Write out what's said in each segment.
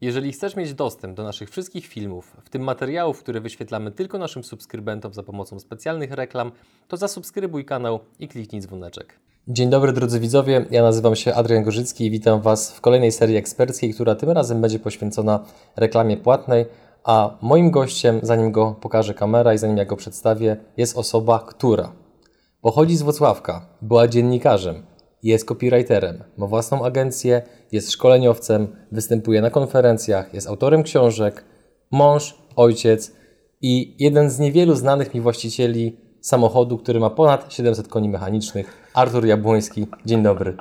Jeżeli chcesz mieć dostęp do naszych wszystkich filmów, w tym materiałów, które wyświetlamy tylko naszym subskrybentom za pomocą specjalnych reklam, to zasubskrybuj kanał i kliknij dzwoneczek. Dzień dobry drodzy widzowie, ja nazywam się Adrian Gorzycki i witam Was w kolejnej serii eksperckiej, która tym razem będzie poświęcona reklamie płatnej, a moim gościem, zanim go pokaże kamera i zanim ja go przedstawię, jest osoba, która pochodzi z Włocławka, była dziennikarzem, jest copywriterem, ma własną agencję, jest szkoleniowcem, występuje na konferencjach, jest autorem książek, mąż, ojciec i jeden z niewielu znanych mi właścicieli samochodu, który ma ponad 700 koni mechanicznych, Artur Jabłoński. Dzień dobry.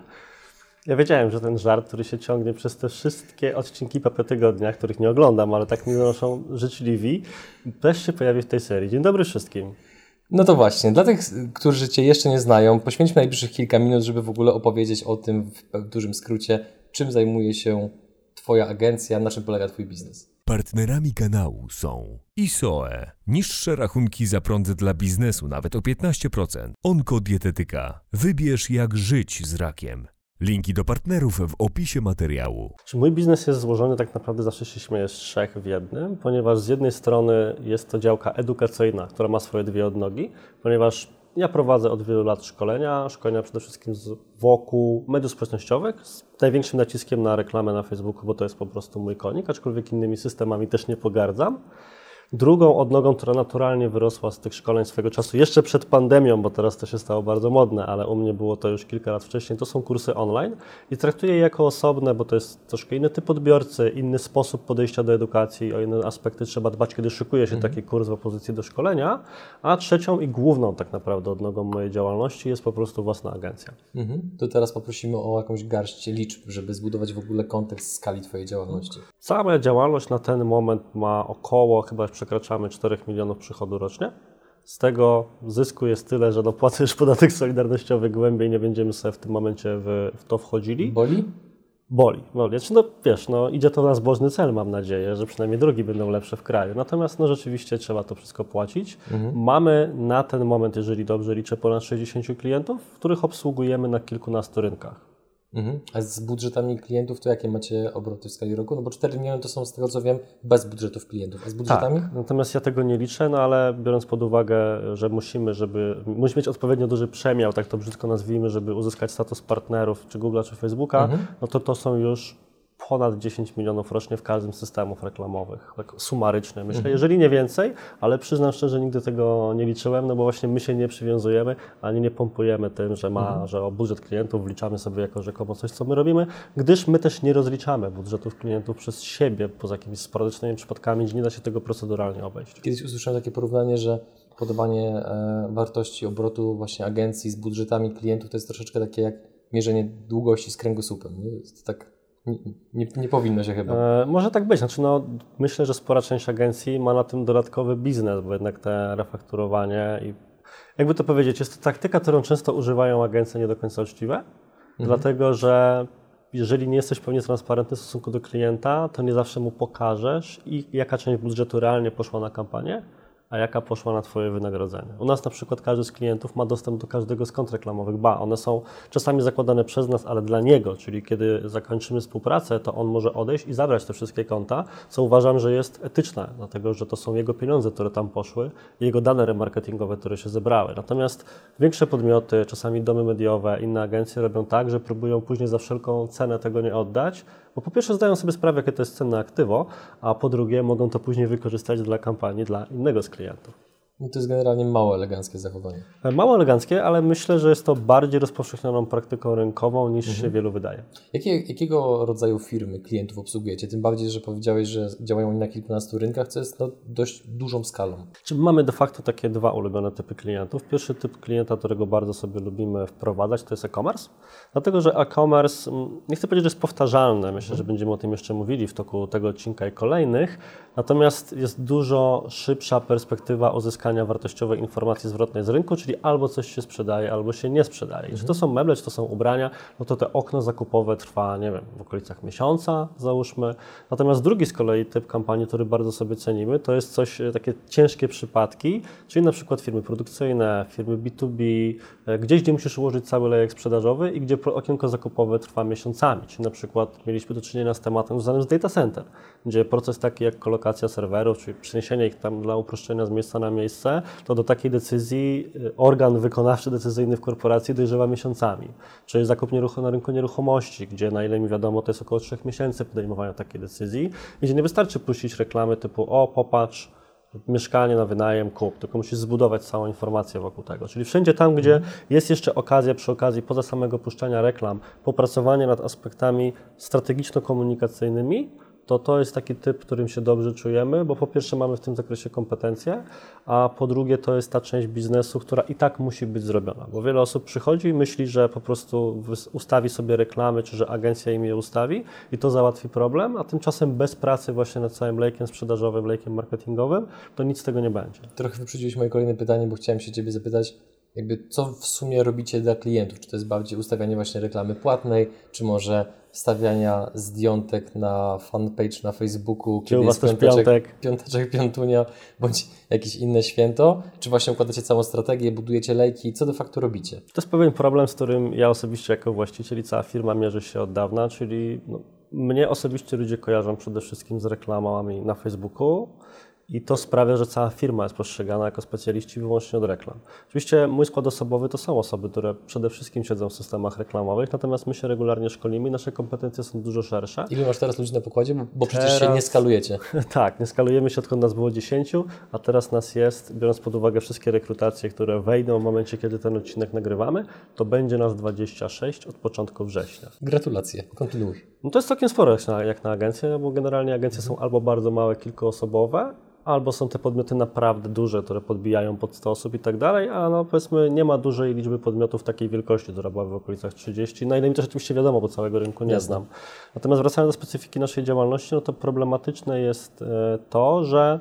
Ja wiedziałem, że ten żart, który się ciągnie przez te wszystkie odcinki Papy Tygodnia, których nie oglądam, ale tak mi donoszą życzliwi, też się pojawi w tej serii. Dzień dobry wszystkim. No to właśnie, dla tych, którzy Cię jeszcze nie znają, poświęćmy najbliższych kilka minut, żeby w ogóle opowiedzieć o tym w dużym skrócie, czym zajmuje się Twoja agencja, na czym polega Twój biznes. Partnerami kanału są ISOE, niższe rachunki za prąd dla biznesu nawet o 15%, Onkodietetyka, wybierz jak żyć z rakiem. Linki do partnerów w opisie materiału. Mój biznes jest złożony, tak naprawdę zawsze się śmieję, z trzech w jednym, ponieważ z jednej strony jest to działka edukacyjna, która ma swoje dwie odnogi, ponieważ ja prowadzę od wielu lat szkolenia przede wszystkim wokół mediów społecznościowych, z największym naciskiem na reklamę na Facebooku, bo to jest po prostu mój konik, aczkolwiek innymi systemami też nie pogardzam. Drugą odnogą, która naturalnie wyrosła z tych szkoleń swego czasu, jeszcze przed pandemią, bo teraz to się stało bardzo modne, ale u mnie było to już kilka lat wcześniej, to są kursy online i traktuję je jako osobne, bo to jest troszkę inny typ odbiorcy, inny sposób podejścia do edukacji, o inne aspekty trzeba dbać, kiedy szykuje się taki kurs w opozycji do szkolenia, a trzecią i główną tak naprawdę odnogą mojej działalności jest po prostu własna agencja. To teraz poprosimy o jakąś garść liczb, żeby zbudować w ogóle kontekst skali Twojej działalności. Cała moja działalność na ten moment ma około, chyba przekraczamy 4 milionów przychodu rocznie. Z tego zysku jest tyle, że płacę już podatek solidarnościowy głębiej, nie będziemy sobie w tym momencie w to wchodzili. Boli? Boli. Znaczy, idzie to na zbożny cel, mam nadzieję, że przynajmniej drogi będą lepsze w kraju. Natomiast rzeczywiście trzeba to wszystko płacić. Mamy na ten moment, jeżeli dobrze liczę, ponad 60 klientów, których obsługujemy na kilkunastu rynkach. A z budżetami klientów to jakie macie obroty w skali roku? No bo 4 miliony to są z tego co wiem bez budżetów klientów. A z budżetami? Tak, natomiast ja tego nie liczę, ale biorąc pod uwagę, że musimy mieć odpowiednio duży przemiał, tak to brzydko nazwijmy, żeby uzyskać status partnerów czy Google'a czy Facebooka, to są już ponad 10 milionów rocznie w każdym z systemów reklamowych, tak sumarycznie myślę, jeżeli nie więcej, ale przyznam szczerze, nigdy tego nie liczyłem, bo właśnie my się nie przywiązujemy, ani nie pompujemy tym, że o budżet klientów wliczamy sobie jako rzekomo coś, co my robimy, gdyż my też nie rozliczamy budżetów klientów przez siebie, poza jakimiś sporadycznymi przypadkami, gdzie nie da się tego proceduralnie obejść. Kiedyś usłyszałem takie porównanie, że podawanie wartości obrotu właśnie agencji z budżetami klientów to jest troszeczkę takie jak mierzenie długości z kręgosłupem. Nie? Jest tak. Nie powinno się chyba. Może tak być. Myślę, że spora część agencji ma na tym dodatkowy biznes, bo jednak te refakturowanie i jakby to powiedzieć, jest to taktyka, którą często używają agencje nie do końca uczciwe, dlatego że jeżeli nie jesteś pewnie transparentny w stosunku do klienta, to nie zawsze mu pokażesz jaka część budżetu realnie poszła na kampanię, a jaka poszła na Twoje wynagrodzenie. U nas na przykład każdy z klientów ma dostęp do każdego z kont reklamowych. One są czasami zakładane przez nas, ale dla niego, czyli kiedy zakończymy współpracę, to on może odejść i zabrać te wszystkie konta, co uważam, że jest etyczne, dlatego że to są jego pieniądze, które tam poszły i jego dane remarketingowe, które się zebrały. Natomiast większe podmioty, czasami domy mediowe, inne agencje robią tak, że próbują później za wszelką cenę tego nie oddać, bo po pierwsze zdają sobie sprawę, jakie to jest cenne aktywo, a po drugie mogą to później wykorzystać dla kampanii dla innego z klientów. No to jest generalnie mało eleganckie zachowanie. Mało eleganckie, ale myślę, że jest to bardziej rozpowszechnioną praktyką rynkową niż się wielu wydaje. Jakiego rodzaju firmy klientów obsługujecie? Tym bardziej, że powiedziałeś, że działają oni na kilkunastu rynkach, co jest dość dużą skalą. Mamy de facto takie dwa ulubione typy klientów. Pierwszy typ klienta, którego bardzo sobie lubimy wprowadzać, to jest e-commerce. Dlatego, że e-commerce, nie chcę powiedzieć, że jest powtarzalny. Myślę, że będziemy o tym jeszcze mówili w toku tego odcinka i kolejnych. Natomiast jest dużo szybsza perspektywa uzyskania uzyskania wartościowej informacji zwrotnej z rynku, czyli albo coś się sprzedaje, albo się nie sprzedaje. Czy to są meble, czy to są ubrania, no to te okno zakupowe trwa, nie wiem, w okolicach miesiąca, załóżmy. Natomiast drugi z kolei typ kampanii, który bardzo sobie cenimy, to jest coś, takie ciężkie przypadki, czyli na przykład firmy produkcyjne, firmy B2B, gdzieś, gdzie musisz ułożyć cały lejek sprzedażowy i gdzie okienko zakupowe trwa miesiącami. Czyli na przykład mieliśmy do czynienia z tematem związanym z data center, gdzie proces taki jak kolokacja serwerów, czyli przeniesienie ich tam dla uproszczenia z miejsca na miejsce, to do takiej decyzji organ wykonawczy decyzyjny w korporacji dojrzewa miesiącami. Czyli zakup na rynku nieruchomości, gdzie na ile mi wiadomo, to jest około 3 miesięcy podejmowania takiej decyzji, gdzie nie wystarczy puścić reklamy typu o, popatrz, mieszkanie na wynajem, kup, tylko musisz zbudować całą informację wokół tego. Czyli wszędzie tam, gdzie jest jeszcze okazja, przy okazji poza samego puszczania reklam, popracowanie nad aspektami strategiczno-komunikacyjnymi, to jest taki typ, którym się dobrze czujemy, bo po pierwsze mamy w tym zakresie kompetencje, a po drugie to jest ta część biznesu, która i tak musi być zrobiona, bo wiele osób przychodzi i myśli, że po prostu ustawi sobie reklamy, czy że agencja im je ustawi i to załatwi problem, a tymczasem bez pracy właśnie nad całym lejkiem sprzedażowym, lejkiem marketingowym, to nic z tego nie będzie. Trochę wyprzedziłeś moje kolejne pytanie, bo chciałem się Ciebie zapytać, co w sumie robicie dla klientów? Czy to jest bardziej ustawianie właśnie reklamy płatnej, czy może wstawiania zdjątek na fanpage na Facebooku, kiedy u Was też piątek, piątunia, bądź jakieś inne święto? Czy właśnie układacie całą strategię, budujecie lejki? Co de facto robicie? To jest pewien problem, z którym ja osobiście jako właściciel i cała firma mierzy się od dawna, czyli mnie osobiście ludzie kojarzą przede wszystkim z reklamami na Facebooku. I to sprawia, że cała firma jest postrzegana jako specjaliści wyłącznie od reklam. Oczywiście mój skład osobowy to są osoby, które przede wszystkim siedzą w systemach reklamowych, natomiast my się regularnie szkolimy i nasze kompetencje są dużo szersze. Ile masz teraz ludzi na pokładzie? Bo przecież się nie skalujecie. Tak, nie skalujemy się, odkąd nas było 10, a teraz nas jest, biorąc pod uwagę wszystkie rekrutacje, które wejdą w momencie, kiedy ten odcinek nagrywamy, to będzie nas 26 od początku września. Gratulacje, kontynuuj. No to jest całkiem sporo jak na agencję, bo generalnie agencje są albo bardzo małe, kilkuosobowe, albo są te podmioty naprawdę duże, które podbijają pod 100 osób i tak dalej, a powiedzmy nie ma dużej liczby podmiotów takiej wielkości, która była w okolicach 30. Na ile mi też oczywiście wiadomo, bo całego rynku nie znam. Natomiast wracając do specyfiki naszej działalności, no to problematyczne jest to, że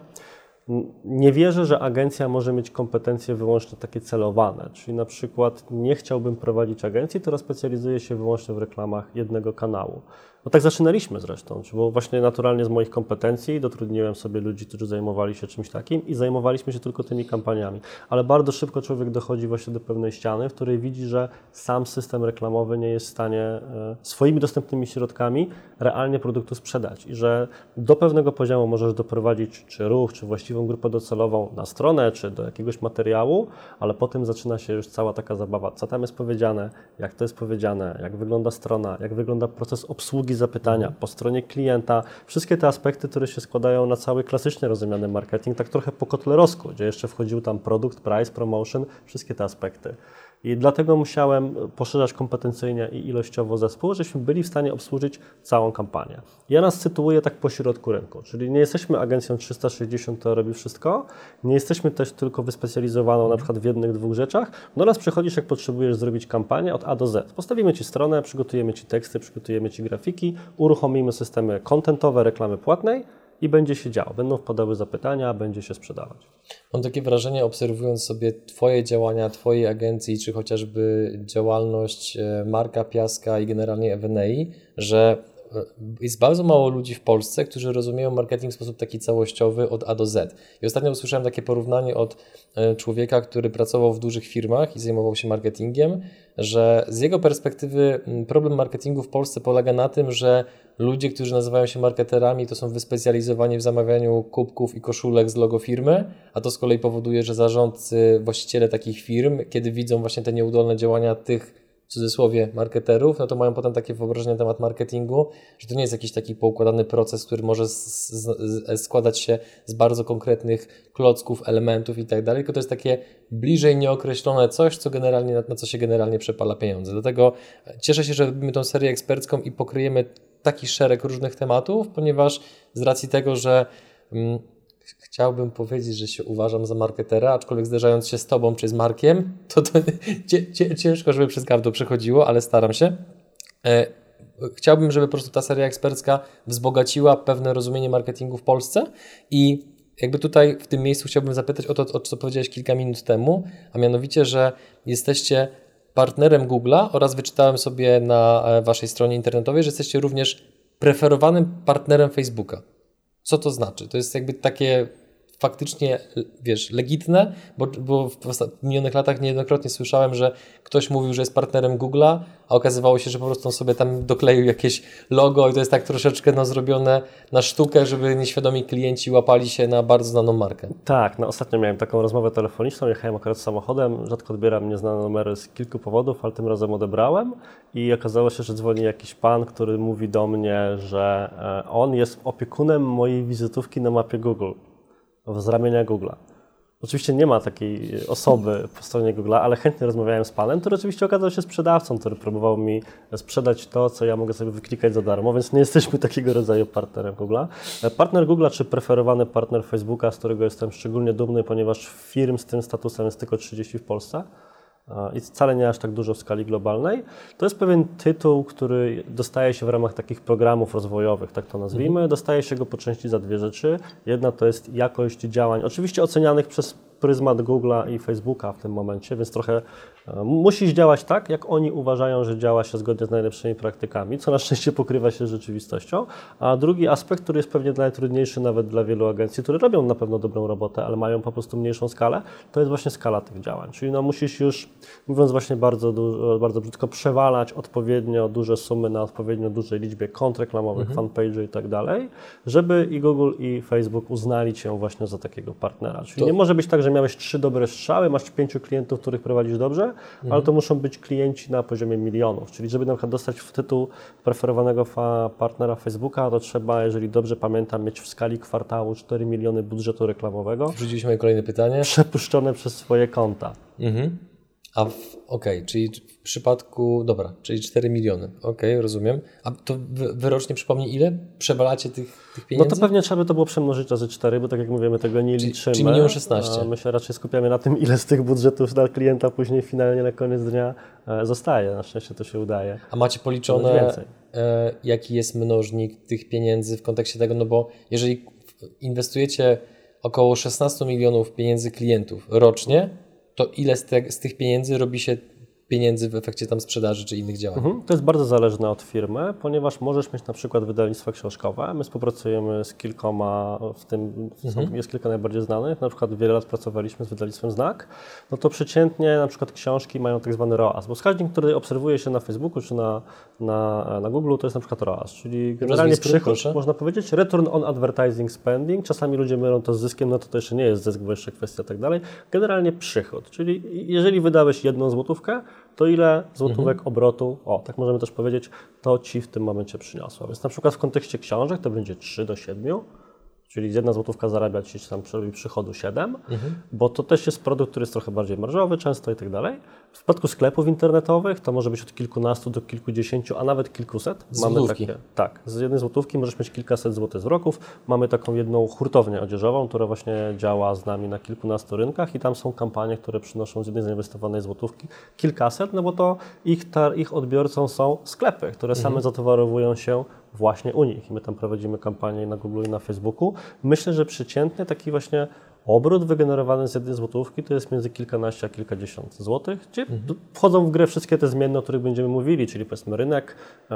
nie wierzę, że agencja może mieć kompetencje wyłącznie takie celowane, czyli na przykład nie chciałbym prowadzić agencji, która specjalizuje się wyłącznie w reklamach jednego kanału. No tak zaczynaliśmy zresztą, bo właśnie naturalnie z moich kompetencji dotrudniłem sobie ludzi, którzy zajmowali się czymś takim i zajmowaliśmy się tylko tymi kampaniami. Ale bardzo szybko człowiek dochodzi właśnie do pewnej ściany, w której widzi, że sam system reklamowy nie jest w stanie swoimi dostępnymi środkami realnie produktu sprzedać i że do pewnego poziomu możesz doprowadzić czy ruch, czy właściwą grupę docelową na stronę, czy do jakiegoś materiału, ale potem zaczyna się już cała taka zabawa, co tam jest powiedziane, jak to jest powiedziane, jak wygląda strona, jak wygląda proces obsługi zapytania po stronie klienta, wszystkie te aspekty, które się składają na cały klasycznie rozumiany marketing, tak trochę po kotlerowsku, gdzie jeszcze wchodził tam produkt, price, promotion, wszystkie te aspekty. I dlatego musiałem poszerzać kompetencyjnie i ilościowo zespół, żebyśmy byli w stanie obsłużyć całą kampanię. Ja nas sytuuję tak po środku rynku, czyli nie jesteśmy agencją 360, która robi wszystko, nie jesteśmy też tylko wyspecjalizowaną na przykład w jednych, dwóch rzeczach. Do nas przychodzisz, jak potrzebujesz zrobić kampanię od A do Z. Postawimy Ci stronę, przygotujemy Ci teksty, przygotujemy Ci grafiki, uruchomimy systemy contentowe, reklamy płatnej i będzie się działo. Będą wpadały zapytania, będzie się sprzedawać. Mam takie wrażenie, obserwując sobie Twoje działania, Twojej agencji, czy chociażby działalność Marka Piaska i generalnie Evenei, że jest bardzo mało ludzi w Polsce, którzy rozumieją marketing w sposób taki całościowy od A do Z. I ostatnio usłyszałem takie porównanie od człowieka, który pracował w dużych firmach i zajmował się marketingiem, że z jego perspektywy problem marketingu w Polsce polega na tym, że ludzie, którzy nazywają się marketerami, to są wyspecjalizowani w zamawianiu kubków i koszulek z logo firmy, a to z kolei powoduje, że zarządcy, właściciele takich firm, kiedy widzą właśnie te nieudolne działania tych w cudzysłowie marketerów, no to mają potem takie wyobrażenie na temat marketingu, że to nie jest jakiś taki poukładany proces, który może składać się z bardzo konkretnych klocków, elementów i tak dalej, tylko to jest takie bliżej nieokreślone coś, co generalnie, na co się generalnie przepala pieniądze. Dlatego cieszę się, że robimy tą serię ekspercką i pokryjemy taki szereg różnych tematów, ponieważ z racji tego, że chciałbym powiedzieć, że się uważam za marketera, aczkolwiek zderzając się z Tobą czy z Markiem, to ciężko, żeby przez gardło przechodziło, ale staram się. Chciałbym, żeby po prostu ta seria ekspercka wzbogaciła pewne rozumienie marketingu w Polsce i jakby tutaj w tym miejscu chciałbym zapytać o to, o co powiedziałeś kilka minut temu, a mianowicie, że jesteście partnerem Google'a oraz wyczytałem sobie na waszej stronie internetowej, że jesteście również preferowanym partnerem Facebooka. Co to znaczy? To jest jakby takie faktycznie, wiesz, legitne, bo w minionych latach niejednokrotnie słyszałem, że ktoś mówił, że jest partnerem Google'a, a okazywało się, że po prostu on sobie tam dokleił jakieś logo i to jest tak troszeczkę zrobione na sztukę, żeby nieświadomi klienci łapali się na bardzo znaną markę. Tak, ostatnio miałem taką rozmowę telefoniczną, jechałem akurat samochodem, rzadko odbieram nieznane numery z kilku powodów, ale tym razem odebrałem i okazało się, że dzwoni jakiś pan, który mówi do mnie, że on jest opiekunem mojej wizytówki na mapie Google. Z ramienia Google'a. Oczywiście nie ma takiej osoby po stronie Google'a, ale chętnie rozmawiałem z panem, który oczywiście okazał się sprzedawcą, który próbował mi sprzedać to, co ja mogę sobie wyklikać za darmo, więc nie jesteśmy takiego rodzaju partnerem Google'a. Partner Google'a czy preferowany partner Facebooka, z którego jestem szczególnie dumny, ponieważ firm z tym statusem jest tylko 30 w Polsce i wcale nie aż tak dużo w skali globalnej. To jest pewien tytuł, który dostaje się w ramach takich programów rozwojowych, tak to nazwijmy. Dostaje się go po części za dwie rzeczy. Jedna to jest jakość działań, oczywiście ocenianych przez pryzmat Google'a i Facebooka w tym momencie, więc trochę musisz działać tak, jak oni uważają, że działa się zgodnie z najlepszymi praktykami, co na szczęście pokrywa się z rzeczywistością. A drugi aspekt, który jest pewnie najtrudniejszy nawet dla wielu agencji, które robią na pewno dobrą robotę, ale mają po prostu mniejszą skalę, to jest właśnie skala tych działań. Czyli musisz już, mówiąc właśnie bardzo brzydko, przewalać odpowiednio duże sumy na odpowiednio dużej liczbie kont reklamowych, fanpage'y i tak dalej, żeby i Google i Facebook uznali Cię właśnie za takiego partnera. Czyli nie może być tak, że miałeś 3 dobre strzały, masz 5 klientów, których prowadzisz dobrze, ale to muszą być klienci na poziomie milionów. Czyli żeby na przykład dostać w tytuł preferowanego partnera Facebooka, to trzeba, jeżeli dobrze pamiętam, mieć w skali kwartału 4 miliony budżetu reklamowego. Wrzuciliśmy moje kolejne pytanie. Przepuszczone przez swoje konta. Czyli w przypadku, czyli 4 miliony, rozumiem. A to wy rocznie, przypomnij, ile przewalacie tych pieniędzy? No to pewnie trzeba by to było przemnożyć razy 4, bo tak jak mówimy, tego nie liczymy. Czyli 1 16 000. My się raczej skupiamy na tym, ile z tych budżetów dla klienta później finalnie na koniec dnia zostaje. Na szczęście to się udaje. A macie policzone, jaki jest mnożnik tych pieniędzy w kontekście tego, no bo jeżeli inwestujecie około 16 milionów pieniędzy klientów rocznie, to ile z tych pieniędzy robi się pieniędzy w efekcie tam sprzedaży czy innych działań? To jest bardzo zależne od firmy, ponieważ możesz mieć na przykład wydawnictwa książkowe. My współpracujemy z kilkoma, jest kilka najbardziej znanych. Na przykład wiele lat pracowaliśmy z wydawnictwem Znak. No to przeciętnie na przykład książki mają tak zwany ROAS, bo wskaźnik, który obserwuje się na Facebooku czy na Google, to jest na przykład ROAS, czyli generalnie przychód, można powiedzieć, Return on Advertising Spending. Czasami ludzie mylą to z zyskiem, no to jeszcze nie jest zysk, bo jeszcze kwestia tak dalej. Generalnie przychód, czyli jeżeli wydałeś 1 złotówkę, to ile złotówek obrotu, tak możemy też powiedzieć, to Ci w tym momencie przyniosło. Więc na przykład w kontekście książek to będzie 3 do 7, czyli 1 złotówka zarabia Ci tam przychodu 7, bo to też jest produkt, który jest trochę bardziej marżowy często i tak dalej. W przypadku sklepów internetowych to może być od kilkunastu do kilkudziesięciu, a nawet kilkuset. Mamy takie. Tak, z 1 złotówki możesz mieć kilkaset złotych zwroków. Mamy taką jedną hurtownię odzieżową, która właśnie działa z nami na kilkunastu rynkach i tam są kampanie, które przynoszą z jednej zainwestowanej złotówki kilkaset, no bo to ich odbiorcą są sklepy, które same zatowarowują się właśnie u nich. I my tam prowadzimy kampanię na Google i na Facebooku. Myślę, że przeciętnie taki właśnie obrót wygenerowany z 1 złotówki to jest między kilkanaście a kilkadziesiąt złotych, gdzie wchodzą w grę wszystkie te zmienne, o których będziemy mówili, czyli powiedzmy rynek,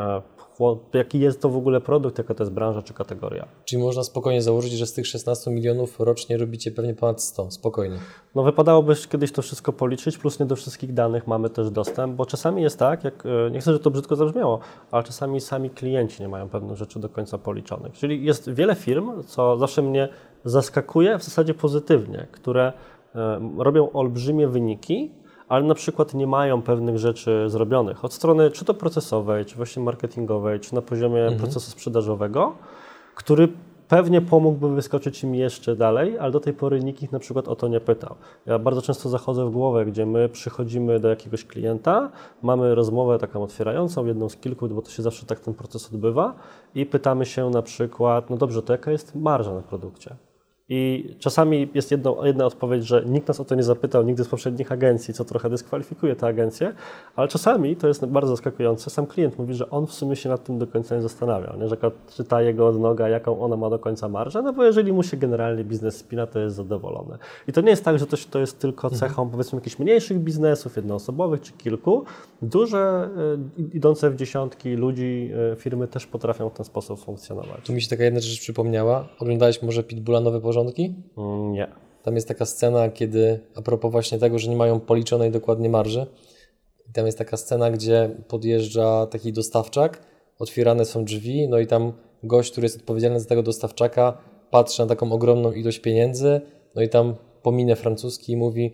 jaki jest to w ogóle produkt, jaka to jest branża czy kategoria. Czyli można spokojnie założyć, że z tych 16 milionów rocznie robicie pewnie ponad 100, spokojnie. No wypadałoby kiedyś to wszystko policzyć, plus nie do wszystkich danych mamy też dostęp, bo czasami jest tak, nie chcę, żeby to brzydko zabrzmiało, ale czasami sami klienci nie mają pewnych rzeczy do końca policzonych. Czyli jest wiele firm, co zawsze mnie zaskakuje w zasadzie pozytywnie, które robią olbrzymie wyniki, ale na przykład nie mają pewnych rzeczy zrobionych od strony czy to procesowej, czy właśnie marketingowej, czy na poziomie procesu sprzedażowego, który pewnie pomógłby wyskoczyć im jeszcze dalej, ale do tej pory nikt ich na przykład o to nie pytał. Ja bardzo często zachodzę w głowę, gdzie my przychodzimy do jakiegoś klienta, mamy rozmowę taką otwierającą, jedną z kilku, bo to się zawsze tak ten proces odbywa i pytamy się na przykład, no dobrze, to jaka jest marża na produkcie? I czasami jest jedna odpowiedź, że nikt nas o to nie zapytał nigdy z poprzednich agencji, co trochę dyskwalifikuje te agencje, ale czasami, to jest bardzo zaskakujące, sam klient mówi, że on w sumie się nad tym do końca nie zastanawiał, nie? Że czyta jego odnoga, jaką ona ma do końca marżę, no bo jeżeli mu się generalnie biznes spina, to jest zadowolony. I to nie jest tak, że to jest tylko cechą powiedzmy jakichś mniejszych biznesów, jednoosobowych czy kilku. Duże, idące w dziesiątki ludzi, firmy też potrafią w ten sposób funkcjonować. Tu mi się taka jedna rzecz przypomniała. Oglądałeś może Pitbulla Nowe Porządki? Nie. Tam jest taka scena, kiedy a propos właśnie tego, że nie mają policzonej dokładnie marży. Tam jest taka scena, gdzie podjeżdża taki dostawczak, otwierane są drzwi, no i tam gość, który jest odpowiedzialny za tego dostawczaka, patrzy na taką ogromną ilość pieniędzy, no i tam pominę francuski i mówi: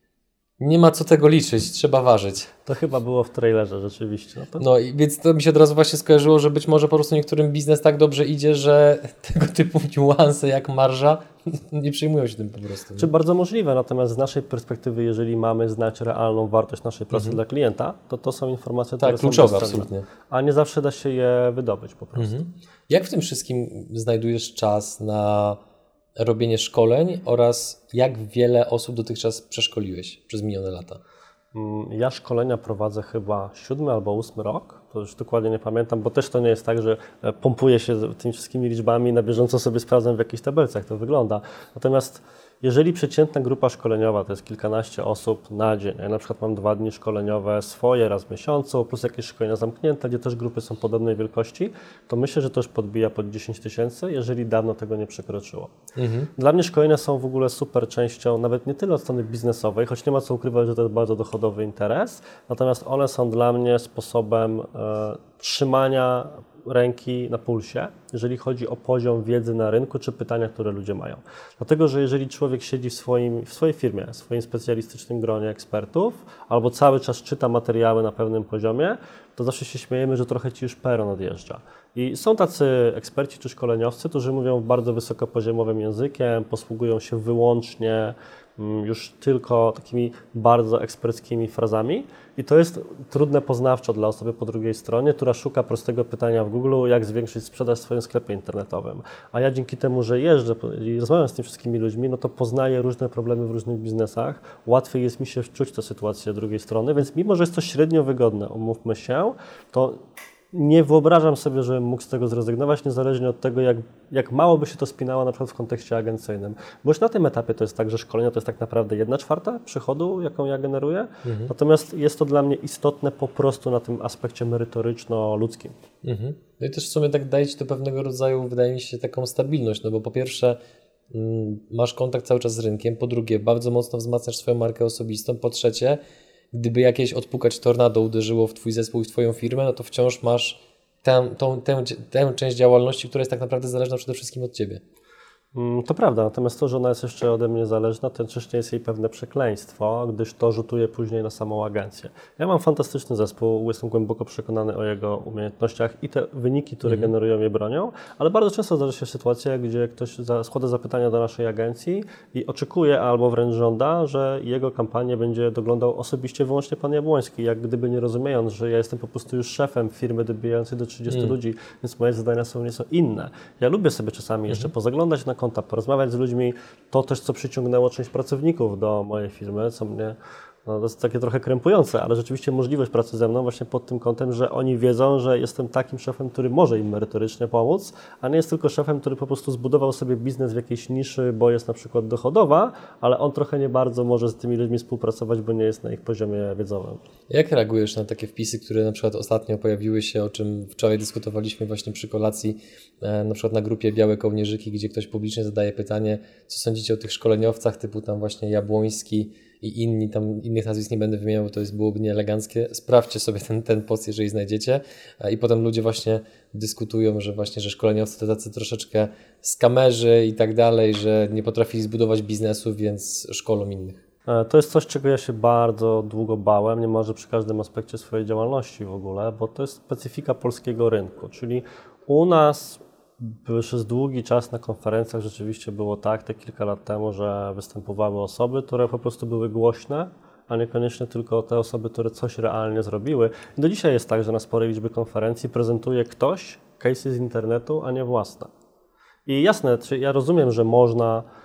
nie ma co tego liczyć, trzeba ważyć. To chyba było w trailerze rzeczywiście. No i więc to mi się od razu właśnie skojarzyło, że być może po prostu niektórym biznes tak dobrze idzie, że tego typu niuanse jak marża nie przejmują się tym po prostu. Czy bardzo możliwe, natomiast z naszej perspektywy, jeżeli mamy znać realną wartość naszej pracy dla klienta, to są informacje, które są kluczowe, bezcenne, absolutnie. a nie zawsze da się je wydobyć po prostu. Jak w tym wszystkim znajdujesz czas na robienie szkoleń oraz jak wiele osób dotychczas przeszkoliłeś przez minione lata? Ja szkolenia prowadzę chyba 7. albo 8. rok, to już dokładnie nie pamiętam, bo też to nie jest tak, że pompuję się tymi wszystkimi liczbami i na bieżąco sobie sprawdzam w jakichś tabelce, jak to wygląda. Natomiast jeżeli przeciętna grupa szkoleniowa to jest kilkanaście osób na dzień, ja na przykład mam 2 dni szkoleniowe swoje raz w miesiącu, plus jakieś szkolenia zamknięte, gdzie też grupy są podobnej wielkości, to myślę, że to już podbija pod 10 000, jeżeli dawno tego nie przekroczyło. Dla mnie szkolenia są w ogóle super częścią, nawet nie tyle od strony biznesowej, choć nie ma co ukrywać, że to jest bardzo dochodowy interes, natomiast one są dla mnie sposobem trzymania ręki na pulsie, jeżeli chodzi o poziom wiedzy na rynku, czy pytania, które ludzie mają. Dlatego, że jeżeli człowiek siedzi w swojej firmie, w swoim specjalistycznym gronie ekspertów, albo cały czas czyta materiały na pewnym poziomie, to zawsze się śmiejemy, że trochę ci już peron odjeżdża. I są tacy eksperci czy szkoleniowcy, którzy mówią bardzo wysokopoziomowym językiem, posługują się wyłącznie już tylko takimi bardzo eksperckimi frazami i to jest trudne poznawczo dla osoby po drugiej stronie, która szuka prostego pytania w Google, jak zwiększyć sprzedaż w swoim sklepie internetowym. A ja dzięki temu, że jeżdżę i rozmawiam z tymi wszystkimi ludźmi, no to poznaję różne problemy w różnych biznesach, łatwiej jest mi się wczuć w tę sytuację drugiej strony, więc mimo, że jest to średnio wygodne, umówmy się, to nie wyobrażam sobie, żebym mógł z tego zrezygnować, niezależnie od tego, jak mało by się to spinało na przykład w kontekście agencyjnym. Bo już na tym etapie to jest tak, że szkolenia to jest tak naprawdę 1/4 przychodu, jaką ja generuję, natomiast jest to dla mnie istotne po prostu na tym aspekcie merytoryczno-ludzkim. No i też w sumie tak daje Ci to pewnego rodzaju, wydaje mi się, taką stabilność, no bo po pierwsze masz kontakt cały czas z rynkiem, po drugie bardzo mocno wzmacniasz swoją markę osobistą, po trzecie gdyby jakieś odpukać tornado uderzyło w Twój zespół i w Twoją firmę, no to wciąż masz tę część działalności, która jest tak naprawdę zależna przede wszystkim od Ciebie. To prawda, natomiast to, że ona jest jeszcze ode mnie zależna, to jednocześnie jest jej pewne przekleństwo, gdyż to rzutuje później na samą agencję. Ja mam fantastyczny zespół, jestem głęboko przekonany o jego umiejętnościach i te wyniki, które generują je bronią, ale bardzo często zdarza się sytuacja, gdzie ktoś składa zapytania do naszej agencji i oczekuje albo wręcz żąda, że jego kampanię będzie doglądał osobiście wyłącznie pan Jabłoński, jak gdyby nie rozumiejąc, że ja jestem po prostu już szefem firmy dobijającej do 30 ludzi, więc moje zadania są nieco inne. Ja lubię sobie czasami jeszcze pozaglądać na konta, porozmawiać z ludźmi. To też, co przyciągnęło część pracowników do mojej firmy, co mnie, no to jest takie trochę krępujące, ale rzeczywiście możliwość pracy ze mną właśnie pod tym kątem, że oni wiedzą, że jestem takim szefem, który może im merytorycznie pomóc, a nie jest tylko szefem, który po prostu zbudował sobie biznes w jakiejś niszy, bo jest na przykład dochodowa, ale on trochę nie bardzo może z tymi ludźmi współpracować, bo nie jest na ich poziomie wiedzowym. Jak reagujesz na takie wpisy, które na przykład ostatnio pojawiły się, o czym wczoraj dyskutowaliśmy właśnie przy kolacji, na przykład na grupie Białe Kołnierzyki, gdzie ktoś publicznie zadaje pytanie, co sądzicie o tych szkoleniowcach typu tam właśnie Jabłoński i inni, tam innych nazwisk nie będę wymieniał, bo to byłoby nieeleganckie. Sprawdźcie sobie ten post, jeżeli znajdziecie. I potem ludzie właśnie dyskutują, że właśnie, że szkoleniowcy to tacy troszeczkę skamerzy i tak dalej, że nie potrafili zbudować biznesu, więc szkolą innych. To jest coś, czego ja się bardzo długo bałem, niemalże przy każdym aspekcie swojej działalności w ogóle, bo to jest specyfika polskiego rynku, czyli u nas przez długi czas na konferencjach rzeczywiście było tak, te kilka lat temu, że występowały osoby, które po prostu były głośne, a niekoniecznie tylko te osoby, które coś realnie zrobiły. I do dzisiaj jest tak, że na sporej liczbie konferencji prezentuje ktoś case'y z internetu, a nie własne. I jasne, ja rozumiem, że można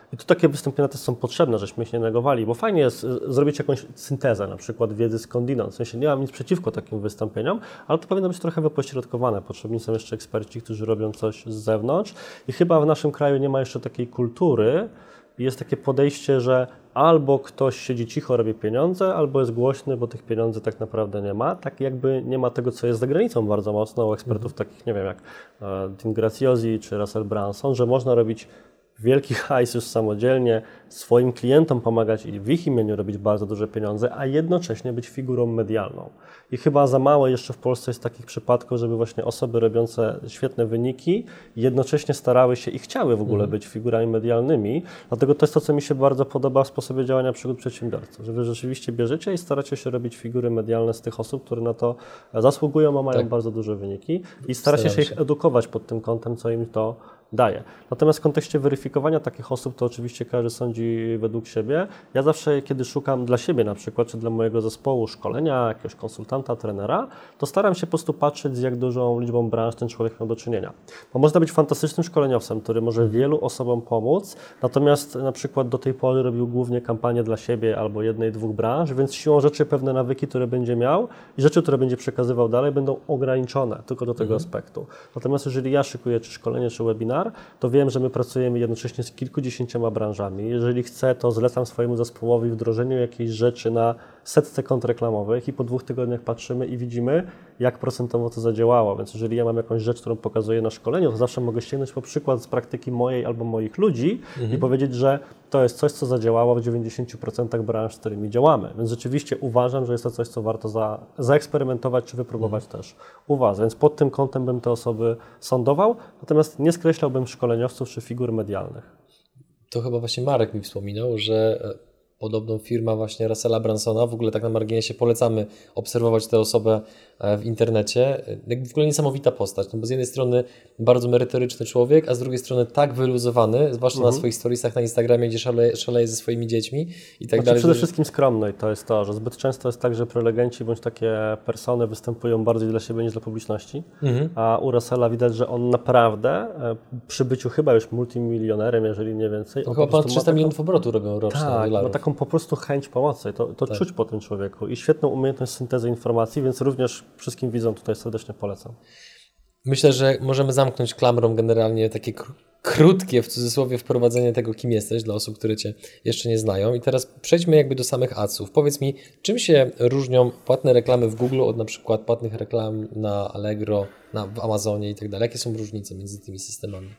I tu takie wystąpienia też są potrzebne, żeśmy się nie negowali, bo fajnie jest zrobić jakąś syntezę, na przykład wiedzy skądinąd. W sensie nie mam nic przeciwko takim wystąpieniom, ale to powinno być trochę wypośrodkowane. Potrzebni są jeszcze eksperci, którzy robią coś z zewnątrz i chyba w naszym kraju nie ma jeszcze takiej kultury. Jest takie podejście, że albo ktoś siedzi cicho, robi pieniądze, albo jest głośny, bo tych pieniędzy tak naprawdę nie ma. Tak jakby nie ma tego, co jest za granicą bardzo mocno u ekspertów takich, nie wiem, jak Dean Graziosi czy Russell Brunson, że można robić wielki hajs już samodzielnie, swoim klientom pomagać i w ich imieniu robić bardzo duże pieniądze, a jednocześnie być figurą medialną. I chyba za mało jeszcze w Polsce jest takich przypadków, żeby właśnie osoby robiące świetne wyniki jednocześnie starały się i chciały w ogóle być figurami medialnymi. Dlatego to jest to, co mi się bardzo podoba w sposobie działania przygód przedsiębiorców, że wy rzeczywiście bierzecie i staracie się robić figury medialne z tych osób, które na to zasługują, a mają bardzo duże wyniki i staracie się ich edukować pod tym kątem, co im to daje. Natomiast w kontekście weryfikowania takich osób, to oczywiście każdy sądzi według siebie. Ja zawsze, kiedy szukam dla siebie na przykład, czy dla mojego zespołu szkolenia, jakiegoś konsultanta, trenera, to staram się po prostu patrzeć, z jak dużą liczbą branż ten człowiek miał do czynienia. Bo można być fantastycznym szkoleniowcem, który może wielu osobom pomóc, natomiast na przykład do tej pory robił głównie kampanię dla siebie albo jednej, dwóch branż, więc siłą rzeczy pewne nawyki, które będzie miał i rzeczy, które będzie przekazywał dalej, będą ograniczone tylko do tego aspektu. Natomiast jeżeli ja szykuję czy szkolenie, czy webinar, to wiem, że my pracujemy jednocześnie z kilkudziesięcioma branżami. Jeżeli chcę, to zlecam swojemu zespołowi wdrożeniu jakiejś rzeczy na 100 kont reklamowych i po 2 tygodniach patrzymy i widzimy, jak procentowo to zadziałało. Więc jeżeli ja mam jakąś rzecz, którą pokazuję na szkoleniu, to zawsze mogę sięgnąć po przykład z praktyki mojej albo moich ludzi i powiedzieć, że to jest coś, co zadziałało w 90% branż, z którymi działamy. Więc rzeczywiście uważam, że jest to coś, co warto zaeksperymentować czy wypróbować też u Was. Więc pod tym kątem bym te osoby sądował, natomiast nie skreślałbym szkoleniowców czy figur medialnych. To chyba właśnie Marek mi wspominał, że podobną firma właśnie Russella Brunsona, w ogóle tak na marginesie polecamy obserwować tę osobę w internecie. W ogóle niesamowita postać, no bo z jednej strony bardzo merytoryczny człowiek, a z drugiej strony tak wyluzowany, zwłaszcza na swoich storiesach na Instagramie, gdzie szaleje ze swoimi dziećmi i tak dalej. Przede wszystkim skromny, to jest to, że zbyt często jest tak, że prelegenci bądź takie persony występują bardziej dla siebie niż dla publiczności, a u Russella widać, że on naprawdę przy byciu chyba już multimilionerem, jeżeli nie więcej. Chyba ponad 300 milionów obrotu robią rocznie. Tak, ma taką po prostu chęć pomocy, to czuć po tym człowieku i świetną umiejętność syntezy informacji, więc również wszystkim widzom tutaj serdecznie polecam. Myślę, że możemy zamknąć klamrą generalnie takie krótkie, w cudzysłowie, wprowadzenie tego, kim jesteś, dla osób, które Cię jeszcze nie znają. I teraz przejdźmy jakby do samych adsów. Powiedz mi, czym się różnią płatne reklamy w Google od na przykład płatnych reklam na Allegro, w Amazonie i tak dalej? Jakie są różnice między tymi systemami?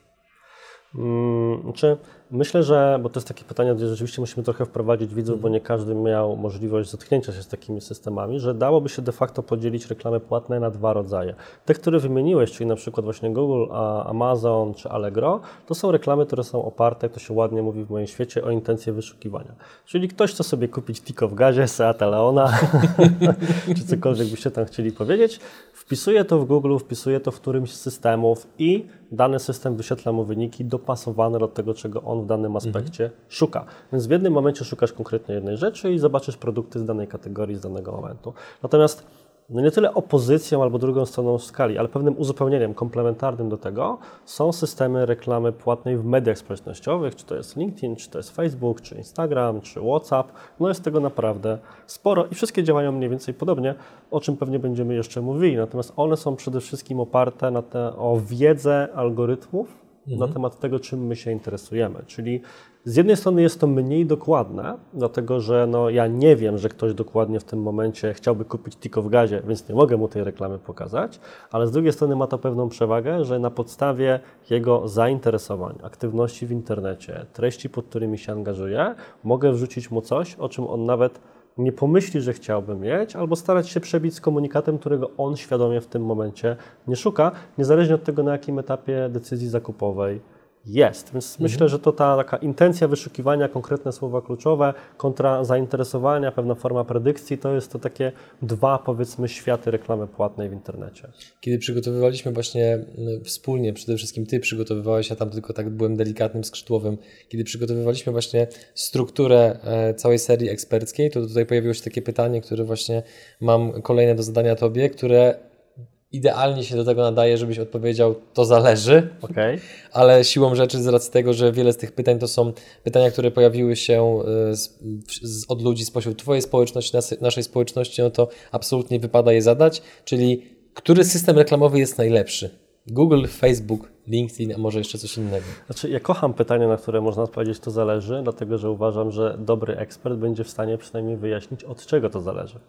Myślę, że, bo to jest takie pytanie, gdzie rzeczywiście musimy trochę wprowadzić widzów, bo nie każdy miał możliwość zetknięcia się z takimi systemami, że dałoby się de facto podzielić reklamy płatne na 2 rodzaje. Te, które wymieniłeś, czyli na przykład właśnie Google, Amazon czy Allegro, to są reklamy, które są oparte, jak to się ładnie mówi w moim świecie, o intencje wyszukiwania. Czyli ktoś chce sobie kupić Tico w gazie, Seata Leona, czy cokolwiek byście tam chcieli powiedzieć, wpisuje to w Google, wpisuje to w którymś z systemów i dany system wyświetla mu wyniki dopasowane do tego, czego on w danym aspekcie szuka. Więc w jednym momencie szukasz konkretnie jednej rzeczy i zobaczysz produkty z danej kategorii, z danego momentu. Natomiast nie tyle opozycją albo drugą stroną skali, ale pewnym uzupełnieniem komplementarnym do tego są systemy reklamy płatnej w mediach społecznościowych, czy to jest LinkedIn, czy to jest Facebook, czy Instagram, czy WhatsApp. No jest tego naprawdę sporo i wszystkie działają mniej więcej podobnie, o czym pewnie będziemy jeszcze mówili. Natomiast one są przede wszystkim oparte o wiedzę algorytmów na temat tego, czym my się interesujemy. Czyli z jednej strony jest to mniej dokładne, dlatego że ja nie wiem, że ktoś dokładnie w tym momencie chciałby kupić Tico w gazie, więc nie mogę mu tej reklamy pokazać, ale z drugiej strony ma to pewną przewagę, że na podstawie jego zainteresowań, aktywności w internecie, treści, pod którymi się angażuje, mogę wrzucić mu coś, o czym on nawet nie pomyśli, że chciałby mieć, albo starać się przebić z komunikatem, którego on świadomie w tym momencie nie szuka, niezależnie od tego, na jakim etapie decyzji zakupowej jest. Więc myślę, że to ta taka intencja wyszukiwania, konkretne słowa kluczowe, kontra zainteresowania, pewna forma predykcji, to jest to takie 2, powiedzmy, światy reklamy płatnej w internecie. Kiedy przygotowywaliśmy właśnie wspólnie, przede wszystkim Ty przygotowywałeś, ja tam tylko tak byłem delikatnym skrzydłowym, kiedy przygotowywaliśmy właśnie strukturę całej serii eksperckiej, to tutaj pojawiło się takie pytanie, które właśnie mam kolejne do zadania Tobie, które idealnie się do tego nadaje, żebyś odpowiedział, to zależy, Okej. ale siłą rzeczy z racji tego, że wiele z tych pytań to są pytania, które pojawiły się od ludzi spośród Twojej społeczności, naszej społeczności, no to absolutnie wypada je zadać, czyli który system reklamowy jest najlepszy? Google, Facebook, LinkedIn, a może jeszcze coś innego? Znaczy, ja kocham pytania, na które można odpowiedzieć, to zależy, dlatego że uważam, że dobry ekspert będzie w stanie przynajmniej wyjaśnić, od czego to zależy.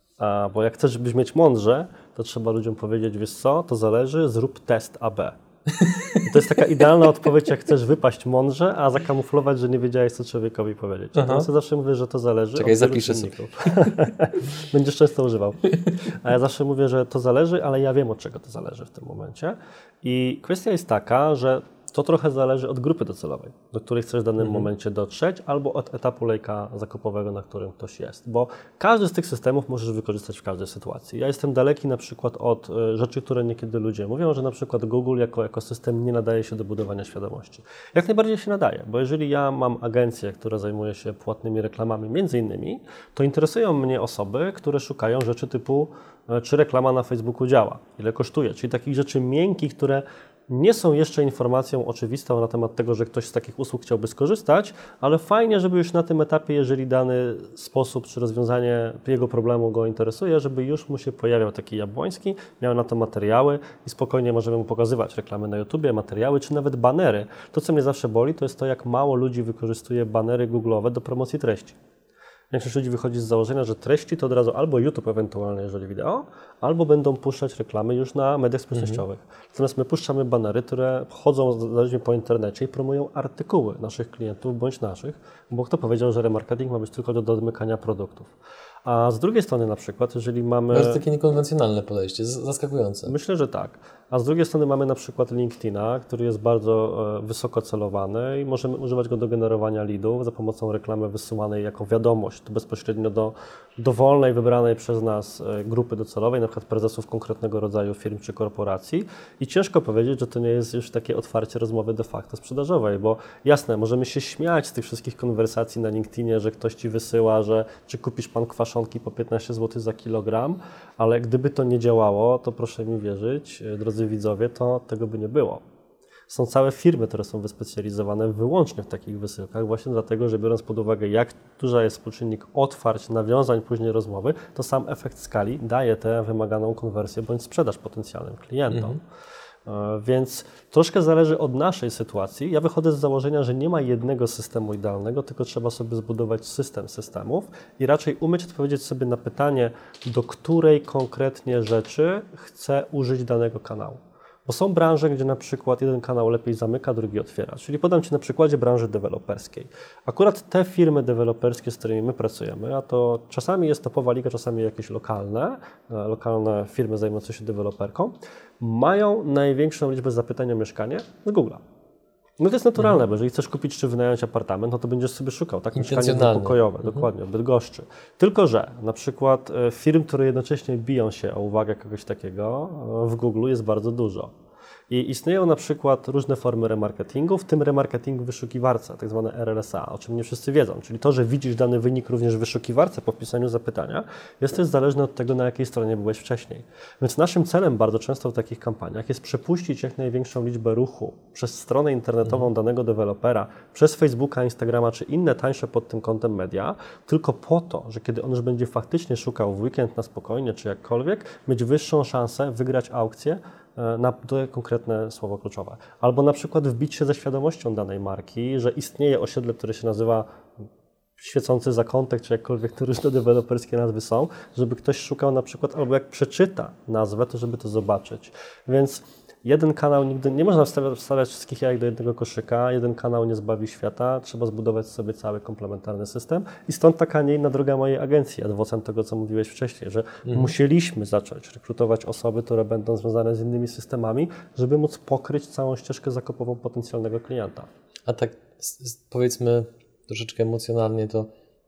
Bo jak chcesz brzmieć mądrze, to trzeba ludziom powiedzieć, wiesz co, to zależy, zrób test AB. I to jest taka idealna odpowiedź, jak chcesz wypaść mądrze, a zakamuflować, że nie wiedziałeś, co człowiekowi powiedzieć. Natomiast ja zawsze mówię, że to zależy. Czekaj, zapiszę sobie. Będziesz często używał. A ja zawsze mówię, że to zależy, ale ja wiem, od czego to zależy w tym momencie. I kwestia jest taka, że to trochę zależy od grupy docelowej, do której chcesz w danym momencie dotrzeć, albo od etapu lejka zakupowego, na którym ktoś jest. Bo każdy z tych systemów możesz wykorzystać w każdej sytuacji. Ja jestem daleki na przykład od rzeczy, które niekiedy ludzie mówią, że na przykład Google jako ekosystem nie nadaje się do budowania świadomości. Jak najbardziej się nadaje, bo jeżeli ja mam agencję, która zajmuje się płatnymi reklamami między innymi, to interesują mnie osoby, które szukają rzeczy typu, czy reklama na Facebooku działa, ile kosztuje, czyli takich rzeczy miękkich, które nie są jeszcze informacją oczywistą na temat tego, że ktoś z takich usług chciałby skorzystać, ale fajnie, żeby już na tym etapie, jeżeli dany sposób czy rozwiązanie jego problemu go interesuje, żeby już mu się pojawiał taki Jabłoński, miał na to materiały i spokojnie możemy mu pokazywać reklamy na YouTubie, materiały czy nawet banery. To, co mnie zawsze boli, to jest to, jak mało ludzi wykorzystuje banery Google'owe do promocji treści. Większość ludzi wychodzi z założenia, że treści to od razu albo YouTube ewentualnie, jeżeli wideo, albo będą puszczać reklamy już na mediach społecznościowych. Natomiast my puszczamy banery, które chodzą zależnie po internecie i promują artykuły naszych klientów bądź naszych, bo kto powiedział, że remarketing ma być tylko do domykania produktów. A z drugiej strony na przykład, jeżeli mamy... To jest takie niekonwencjonalne podejście, zaskakujące. Myślę, że tak. A z drugiej strony mamy na przykład LinkedIna, który jest bardzo wysoko celowany i możemy używać go do generowania leadów za pomocą reklamy wysyłanej jako wiadomość bezpośrednio do dowolnej, wybranej przez nas grupy docelowej, na przykład prezesów konkretnego rodzaju firm czy korporacji. I ciężko powiedzieć, że to nie jest już takie otwarcie rozmowy de facto sprzedażowej, bo jasne, możemy się śmiać z tych wszystkich konwersacji na LinkedInie, że ktoś Ci wysyła, że czy kupisz Pan kwaszonki po 15 zł za kilogram, ale gdyby to nie działało, to proszę mi wierzyć, drodzy widzowie, to tego by nie było. Są całe firmy, które są wyspecjalizowane wyłącznie w takich wysyłkach, właśnie dlatego, że biorąc pod uwagę, jak duży jest współczynnik otwarć, nawiązań, później rozmowy, to sam efekt skali daje tę wymaganą konwersję bądź sprzedaż potencjalnym klientom. Więc troszkę zależy od naszej sytuacji. Ja wychodzę z założenia, że nie ma jednego systemu idealnego, tylko trzeba sobie zbudować system systemów i raczej umieć odpowiedzieć sobie na pytanie, do której konkretnie rzeczy chcę użyć danego kanału. Bo są branże, gdzie na przykład jeden kanał lepiej zamyka, drugi otwiera. Czyli podam Ci na przykładzie branży deweloperskiej. Akurat te firmy deweloperskie, z którymi my pracujemy, a to czasami jest topowa liga, czasami jakieś lokalne firmy zajmujące się deweloperką, mają największą liczbę zapytań o mieszkanie z Google'a. No to jest naturalne, bo jeżeli chcesz kupić czy wynająć apartament, no to będziesz sobie szukał, tak? Mieszkanie dwupokojowe, dokładnie, w Bydgoszczy. Tylko że na przykład firm, które jednocześnie biją się o uwagę kogoś takiego, w Google jest bardzo dużo. I istnieją na przykład różne formy remarketingu, w tym remarketing w wyszukiwarce, tak zwane RLSA, o czym nie wszyscy wiedzą. Czyli to, że widzisz dany wynik również w wyszukiwarce po wpisaniu zapytania, jest też zależne od tego, na jakiej stronie byłeś wcześniej. Więc naszym celem bardzo często w takich kampaniach jest przepuścić jak największą liczbę ruchu przez stronę internetową danego dewelopera, przez Facebooka, Instagrama czy inne tańsze pod tym kątem media, tylko po to, że kiedy on już będzie faktycznie szukał w weekend na spokojnie czy jakkolwiek, mieć wyższą szansę wygrać aukcję na konkretne słowo kluczowe. Albo na przykład wbić się ze świadomością danej marki, że istnieje osiedle, które się nazywa świecący zakątek, czy jakkolwiek te różne deweloperskie nazwy są, żeby ktoś szukał na przykład, albo jak przeczyta nazwę, to żeby to zobaczyć. Więc jeden kanał nigdy, nie można wstawiać wszystkich jajek do jednego koszyka, jeden kanał nie zbawi świata, trzeba zbudować sobie cały komplementarny system i stąd taka, a nie inna droga mojej agencji, adwocem tego, co mówiłeś wcześniej, że musieliśmy zacząć rekrutować osoby, które będą związane z innymi systemami, żeby móc pokryć całą ścieżkę zakupową potencjalnego klienta. A tak powiedzmy troszeczkę emocjonalnie, to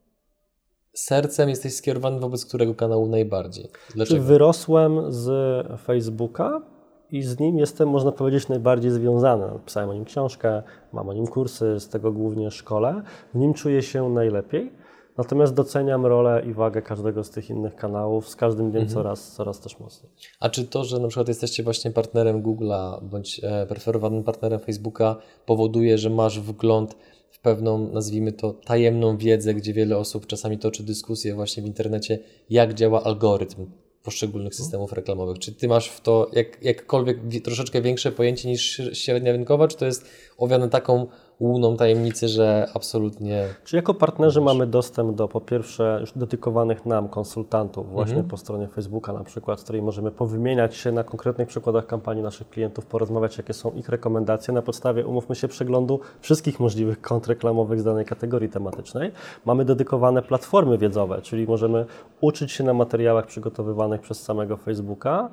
sercem jesteś skierowany wobec którego kanału najbardziej? Dlaczego? Wyrosłem z Facebooka i z nim jestem, można powiedzieć, najbardziej związany. Pisałem o nim książkę, mam o nim kursy, z tego głównie szkole. W nim czuję się najlepiej. Natomiast doceniam rolę i wagę każdego z tych innych kanałów, z każdym dniem coraz też mocniej. A czy to, że na przykład jesteście właśnie partnerem Google'a bądź preferowanym partnerem Facebooka powoduje, że masz wgląd w pewną, nazwijmy to, tajemną wiedzę, gdzie wiele osób czasami toczy dyskusje właśnie w internecie, jak działa algorytm poszczególnych systemów reklamowych? Czy ty masz w to jakkolwiek troszeczkę większe pojęcie niż średnia rynkowa, czy to jest owiane taką łuną tajemnicy, że absolutnie... Czy jako partnerzy mamy dostęp do, po pierwsze, już dedykowanych nam konsultantów właśnie po stronie Facebooka na przykład, z której możemy powymieniać się na konkretnych przykładach kampanii naszych klientów, porozmawiać, jakie są ich rekomendacje na podstawie, umówmy się, przeglądu wszystkich możliwych kont reklamowych z danej kategorii tematycznej. Mamy dedykowane platformy wiedzowe, czyli możemy uczyć się na materiałach przygotowywanych przez samego Facebooka.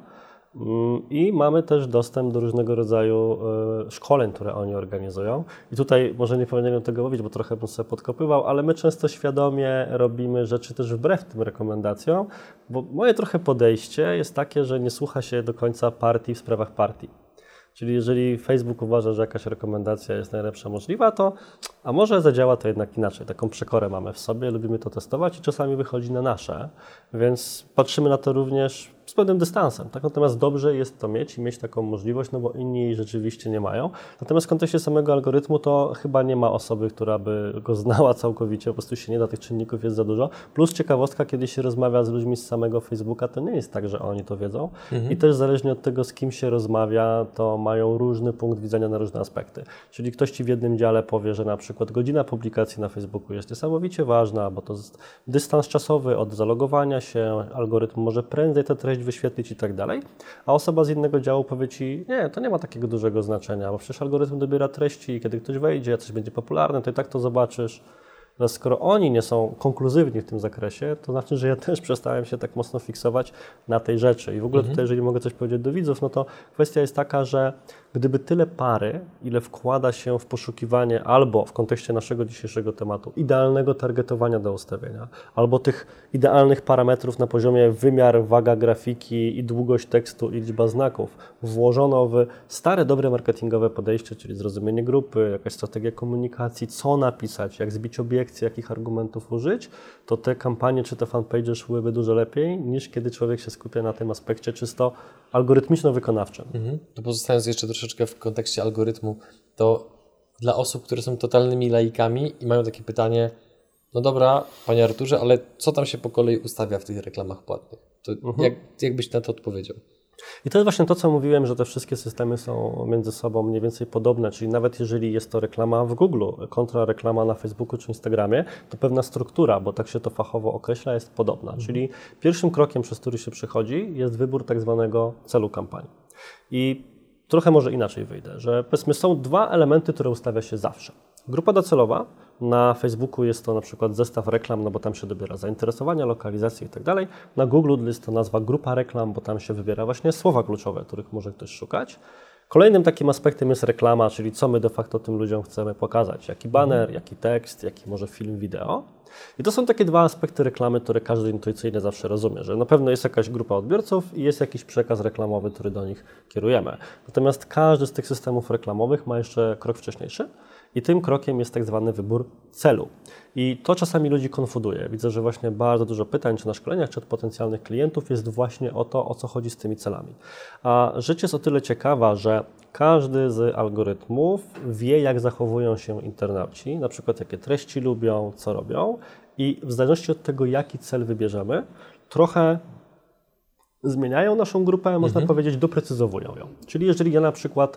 I mamy też dostęp do różnego rodzaju szkoleń, które oni organizują. I tutaj może nie powinienem tego mówić, bo trochę bym sobie podkopywał, ale my często świadomie robimy rzeczy też wbrew tym rekomendacjom, bo moje trochę podejście jest takie, że nie słucha się do końca partii w sprawach partii. Czyli jeżeli Facebook uważa, że jakaś rekomendacja jest najlepsza możliwa, to a może zadziała to jednak inaczej. Taką przekorę mamy w sobie, lubimy to testować i czasami wychodzi na nasze, więc patrzymy na to również z pewnym dystansem. Tak? Natomiast dobrze jest to mieć i mieć taką możliwość, no bo inni jej rzeczywiście nie mają. Natomiast w kontekście samego algorytmu to chyba nie ma osoby, która by go znała całkowicie, po prostu się nie da, tych czynników jest za dużo. Plus ciekawostka, kiedy się rozmawia z ludźmi z samego Facebooka, to nie jest tak, że oni to wiedzą. I też zależnie od tego, z kim się rozmawia, to mają różny punkt widzenia na różne aspekty. Czyli ktoś Ci w jednym dziale powie, że na przykład godzina publikacji na Facebooku jest niesamowicie ważna, bo to jest dystans czasowy od zalogowania się, algorytm może prędzej tę treść wyświetlić i tak dalej, a osoba z innego działu powie Ci, nie, to nie ma takiego dużego znaczenia, bo przecież algorytm dobiera treści i kiedy ktoś wejdzie, coś będzie popularne, to i tak to zobaczysz. Teraz skoro oni nie są konkluzywni w tym zakresie, to znaczy, że ja też przestałem się tak mocno fiksować na tej rzeczy. I w ogóle tutaj, jeżeli mogę coś powiedzieć do widzów, no to kwestia jest taka, że gdyby tyle pary, ile wkłada się w poszukiwanie albo w kontekście naszego dzisiejszego tematu idealnego targetowania do ustawienia, albo tych idealnych parametrów na poziomie wymiar, waga grafiki i długość tekstu i liczba znaków włożono w stare, dobre marketingowe podejście, czyli zrozumienie grupy, jakaś strategia komunikacji, co napisać, jak zbić obiekcje, jakich argumentów użyć, to te kampanie czy te fanpage szłyby dużo lepiej niż kiedy człowiek się skupia na tym aspekcie czysto algorytmiczno-wykonawczym. To pozostając jeszcze troszeczkę w kontekście algorytmu, to dla osób, które są totalnymi laikami i mają takie pytanie, no dobra, Panie Arturze, ale co tam się po kolei ustawia w tych reklamach płatnych? To jak byś na to odpowiedział? I to jest właśnie to, co mówiłem, że te wszystkie systemy są między sobą mniej więcej podobne, czyli nawet jeżeli jest to reklama w Google kontra reklama na Facebooku czy Instagramie, to pewna struktura, bo tak się to fachowo określa, jest podobna. Czyli pierwszym krokiem, przez który się przechodzi, jest wybór tak zwanego celu kampanii. I trochę może inaczej wyjdę, że powiedzmy są dwa elementy, które ustawia się zawsze. Grupa docelowa, na Facebooku jest to na przykład zestaw reklam, no bo tam się dobiera zainteresowania, lokalizacje i tak dalej. Na Google jest to nazwa grupa reklam, bo tam się wybiera właśnie słowa kluczowe, których może ktoś szukać. Kolejnym takim aspektem jest reklama, czyli co my de facto tym ludziom chcemy pokazać. Jaki baner, jaki tekst, jaki może film, wideo. I to są takie dwa aspekty reklamy, które każdy intuicyjnie zawsze rozumie, że na pewno jest jakaś grupa odbiorców i jest jakiś przekaz reklamowy, który do nich kierujemy. Natomiast każdy z tych systemów reklamowych ma jeszcze krok wcześniejszy i tym krokiem jest tak zwany wybór celu. I to czasami ludzi konfunduje. Widzę, że właśnie bardzo dużo pytań czy na szkoleniach, czy od potencjalnych klientów jest właśnie o to, o co chodzi z tymi celami. A rzecz jest o tyle ciekawa, że każdy z algorytmów wie, jak zachowują się internauci, na przykład jakie treści lubią, co robią i w zależności od tego, jaki cel wybierzemy, trochę zmieniają naszą grupę, można powiedzieć, doprecyzowują ją. Czyli jeżeli ja na przykład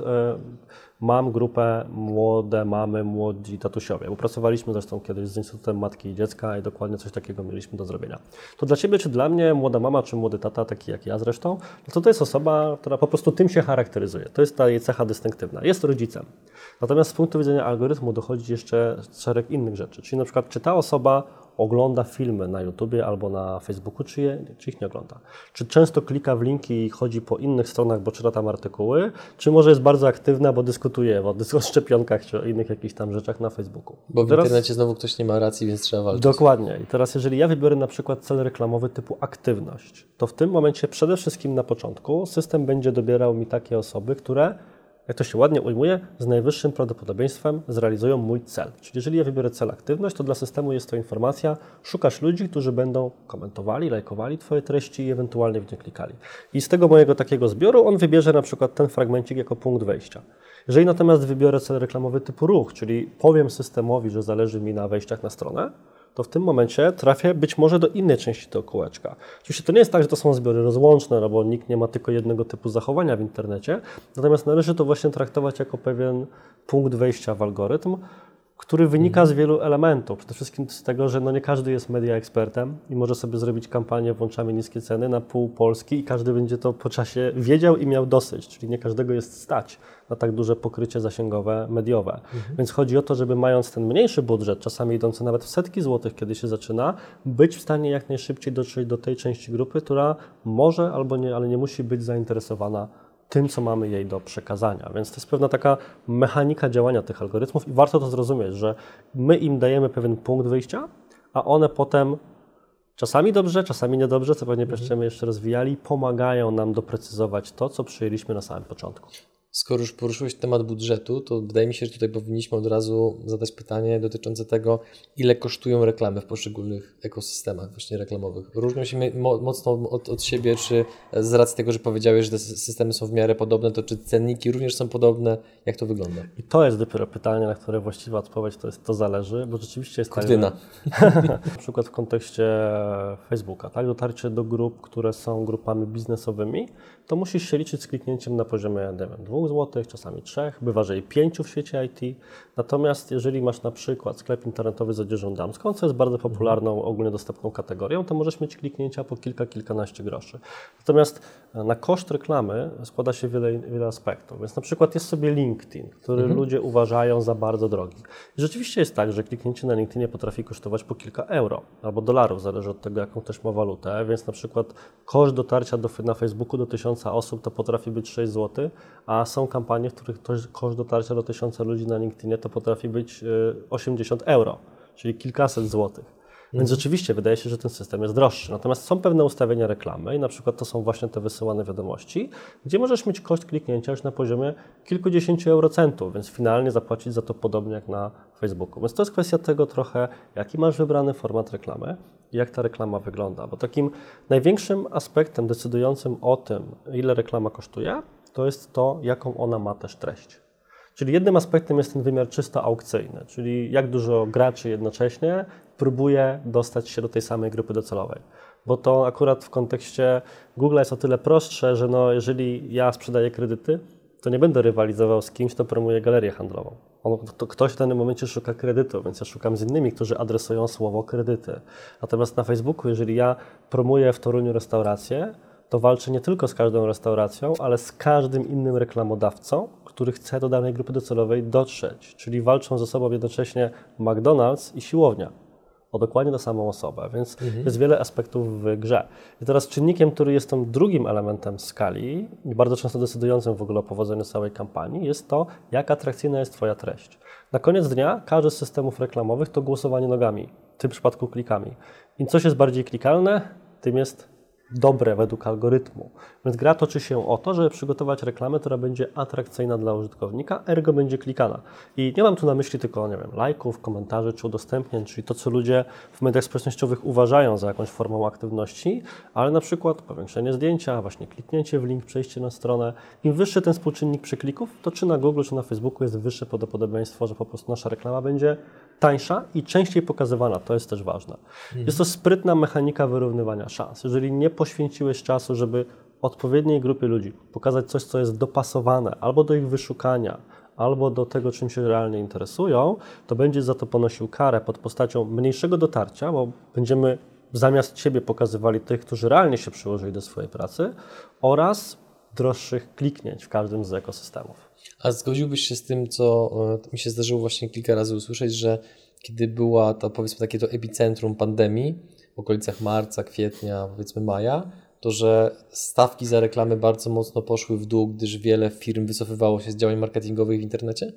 mam grupę młode mamy, młodzi tatusiowie, bo pracowaliśmy zresztą kiedyś z Instytutem Matki i Dziecka i dokładnie coś takiego mieliśmy do zrobienia. To dla Ciebie czy dla mnie młoda mama czy młody tata, taki jak ja zresztą, to jest osoba, która po prostu tym się charakteryzuje. To jest ta jej cecha dystynktywna. Jest rodzicem. Natomiast z punktu widzenia algorytmu dochodzi jeszcze szereg innych rzeczy. Czyli na przykład czy ta osoba ogląda filmy na YouTubie albo na Facebooku, czy ich nie ogląda. Czy często klika w linki i chodzi po innych stronach, bo czyta tam artykuły, czy może jest bardzo aktywna, bo dyskutuje o szczepionkach czy o innych jakichś tam rzeczach na Facebooku. Bo w internecie znowu ktoś nie ma racji, więc trzeba walczyć. Dokładnie. I teraz jeżeli ja wybiorę na przykład cel reklamowy typu aktywność, to w tym momencie przede wszystkim na początku system będzie dobierał mi takie osoby, które jak to się ładnie ujmuje, z najwyższym prawdopodobieństwem zrealizują mój cel. Czyli jeżeli ja wybiorę cel aktywność, to dla systemu jest to informacja, szukasz ludzi, którzy będą komentowali, lajkowali Twoje treści i ewentualnie w nie klikali. I z tego mojego takiego zbioru on wybierze na przykład ten fragmencik jako punkt wejścia. Jeżeli natomiast wybiorę cel reklamowy typu ruch, czyli powiem systemowi, że zależy mi na wejściach na stronę, to w tym momencie trafię być może do innej części tego kółeczka. Oczywiście to nie jest tak, że to są zbiory rozłączne, no bo nikt nie ma tylko jednego typu zachowania w internecie, natomiast należy to właśnie traktować jako pewien punkt wejścia w algorytm, który wynika z wielu elementów. Przede wszystkim z tego, że nie każdy jest media ekspertem i może sobie zrobić kampanię włączamy niskie ceny na pół Polski i każdy będzie to po czasie wiedział i miał dosyć, czyli nie każdego jest stać na tak duże pokrycie zasięgowe, mediowe. Więc chodzi o to, żeby mając ten mniejszy budżet, czasami idący nawet w setki złotych, kiedy się zaczyna, być w stanie jak najszybciej dotrzeć do tej części grupy, która może albo nie, ale nie musi być zainteresowana tym, co mamy jej do przekazania. Więc to jest pewna taka mechanika działania tych algorytmów i warto to zrozumieć, że my im dajemy pewien punkt wyjścia, a one potem czasami dobrze, czasami niedobrze, co pewnie będziemy jeszcze rozwijali, pomagają nam doprecyzować to, co przyjęliśmy na samym początku. Skoro już poruszyłeś temat budżetu, to wydaje mi się, że tutaj powinniśmy od razu zadać pytanie dotyczące tego, ile kosztują reklamy w poszczególnych ekosystemach właśnie reklamowych. Różnią się mocno od siebie, czy z racji tego, że powiedziałeś, że te systemy są w miarę podobne, to czy cenniki również są podobne? Jak to wygląda? I to jest dopiero pytanie, na które właściwa odpowiedź to zależy, bo rzeczywiście jest Kurtyna. tak, że na przykład w kontekście Facebooka, tak, dotarcie do grup, które są grupami biznesowymi, to musisz się liczyć z kliknięciem na poziomie, nie wiem, 2 zł, czasami 3, bywa, że i 5 w świecie IT. Natomiast jeżeli masz na przykład sklep internetowy z odzieżą damską, co jest bardzo popularną, ogólnie dostępną kategorią, to możesz mieć kliknięcia po kilkanaście groszy. Natomiast na koszt reklamy składa się wiele aspektów. Więc na przykład jest sobie LinkedIn, który ludzie uważają za bardzo drogi. I rzeczywiście jest tak, że kliknięcie na LinkedInie potrafi kosztować po kilka euro albo dolarów, zależy od tego, jaką też ma walutę. Więc na przykład koszt dotarcia na Facebooku do 1000 osób to potrafi być 6 zł, a są kampanie, w których koszt dotarcia do 1000 ludzi na LinkedInie to potrafi być 80 euro, czyli kilkaset złotych. Więc rzeczywiście wydaje się, że ten system jest droższy. Natomiast są pewne ustawienia reklamy i na przykład to są właśnie te wysyłane wiadomości, gdzie możesz mieć koszt kliknięcia już na poziomie kilkudziesięciu eurocentów, więc finalnie zapłacić za to podobnie jak na Facebooku. Więc to jest kwestia tego trochę, jaki masz wybrany format reklamy i jak ta reklama wygląda. Bo takim największym aspektem decydującym o tym, ile reklama kosztuje, to jest to, jaką ona ma też treść. Czyli jednym aspektem jest ten wymiar czysto aukcyjny, czyli jak dużo graczy jednocześnie próbuje dostać się do tej samej grupy docelowej. Bo to akurat w kontekście Google jest o tyle prostsze, że jeżeli ja sprzedaję kredyty, to nie będę rywalizował z kimś, kto promuje galerię handlową. Ktoś w danym momencie szuka kredytu, więc ja szukam z innymi, którzy adresują słowo kredyty. Natomiast na Facebooku, jeżeli ja promuję w Toruniu restaurację, to walczę nie tylko z każdą restauracją, ale z każdym innym reklamodawcą, który chce do danej grupy docelowej dotrzeć. Czyli walczą ze sobą jednocześnie McDonald's i siłownia o dokładnie tę samą osobę, więc jest wiele aspektów w grze. I teraz czynnikiem, który jest tym drugim elementem skali i bardzo często decydującym w ogóle o powodzeniu całej kampanii, jest to, jak atrakcyjna jest Twoja treść. Na koniec dnia każdy z systemów reklamowych to głosowanie nogami, w tym przypadku klikami. Im coś jest bardziej klikalne, tym jest dobre według algorytmu. Więc gra toczy się o to, żeby przygotować reklamę, która będzie atrakcyjna dla użytkownika, ergo będzie klikana. I nie mam tu na myśli tylko, lajków, komentarzy czy udostępnień, czyli to, co ludzie w mediach społecznościowych uważają za jakąś formą aktywności, ale na przykład powiększenie zdjęcia, właśnie kliknięcie w link, przejście na stronę. Im wyższy ten współczynnik przeklików, to czy na Google, czy na Facebooku jest wyższe prawdopodobieństwo, że po prostu nasza reklama będzie tańsza i częściej pokazywana. To jest też ważne. Jest to sprytna mechanika wyrównywania szans. Jeżeli nie poświęciłeś czasu, żeby odpowiedniej grupie ludzi pokazać coś, co jest dopasowane albo do ich wyszukania, albo do tego, czym się realnie interesują, to będziesz za to ponosił karę pod postacią mniejszego dotarcia, bo będziemy zamiast Ciebie pokazywali tych, którzy realnie się przyłożyli do swojej pracy, oraz droższych kliknięć w każdym z ekosystemów. A zgodziłbyś się z tym, co mi się zdarzyło właśnie kilka razy usłyszeć, że kiedy była to, powiedzmy, takie to epicentrum pandemii, w okolicach marca, kwietnia, powiedzmy maja, to że stawki za reklamy bardzo mocno poszły w dół, gdyż wiele firm wycofywało się z działań marketingowych w internecie?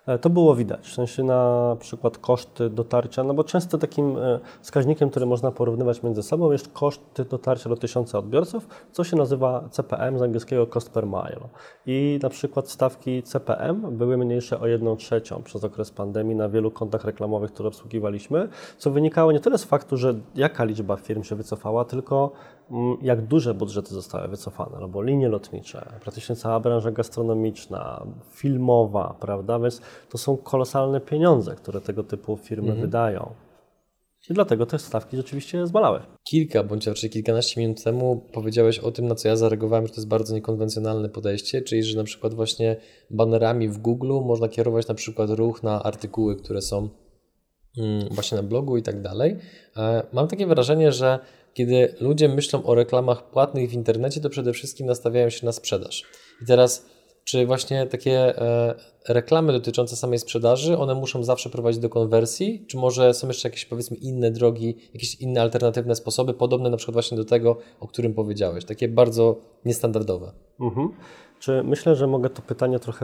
To było widać, w sensie na przykład koszty dotarcia, no bo często takim wskaźnikiem, który można porównywać między sobą jest koszty dotarcia do 1000 odbiorców, co się nazywa CPM, z angielskiego cost per mile. I na przykład stawki CPM były mniejsze o 1/3 przez okres pandemii na wielu kontach reklamowych, które obsługiwaliśmy, co wynikało nie tyle z faktu, że jaka liczba firm się wycofała, tylko jak duże budżety zostały wycofane, no bo linie lotnicze, praktycznie cała branża gastronomiczna, filmowa, prawda, więc to są kolosalne pieniądze, które tego typu firmy wydają. I dlatego te stawki rzeczywiście zmalały. Kilka, bądź raczej kilkanaście minut temu powiedziałeś o tym, na co ja zareagowałem, że to jest bardzo niekonwencjonalne podejście, czyli że na przykład właśnie banerami w Google można kierować na przykład ruch na artykuły, które są właśnie na blogu i tak dalej. Mam takie wrażenie, że kiedy ludzie myślą o reklamach płatnych w internecie, to przede wszystkim nastawiają się na sprzedaż. I teraz, czy właśnie takie reklamy dotyczące samej sprzedaży, one muszą zawsze prowadzić do konwersji, czy może są jeszcze jakieś, powiedzmy, inne drogi, jakieś inne alternatywne sposoby, podobne na przykład właśnie do tego, o którym powiedziałeś, takie bardzo niestandardowe? Czy myślę, że mogę to pytanie trochę,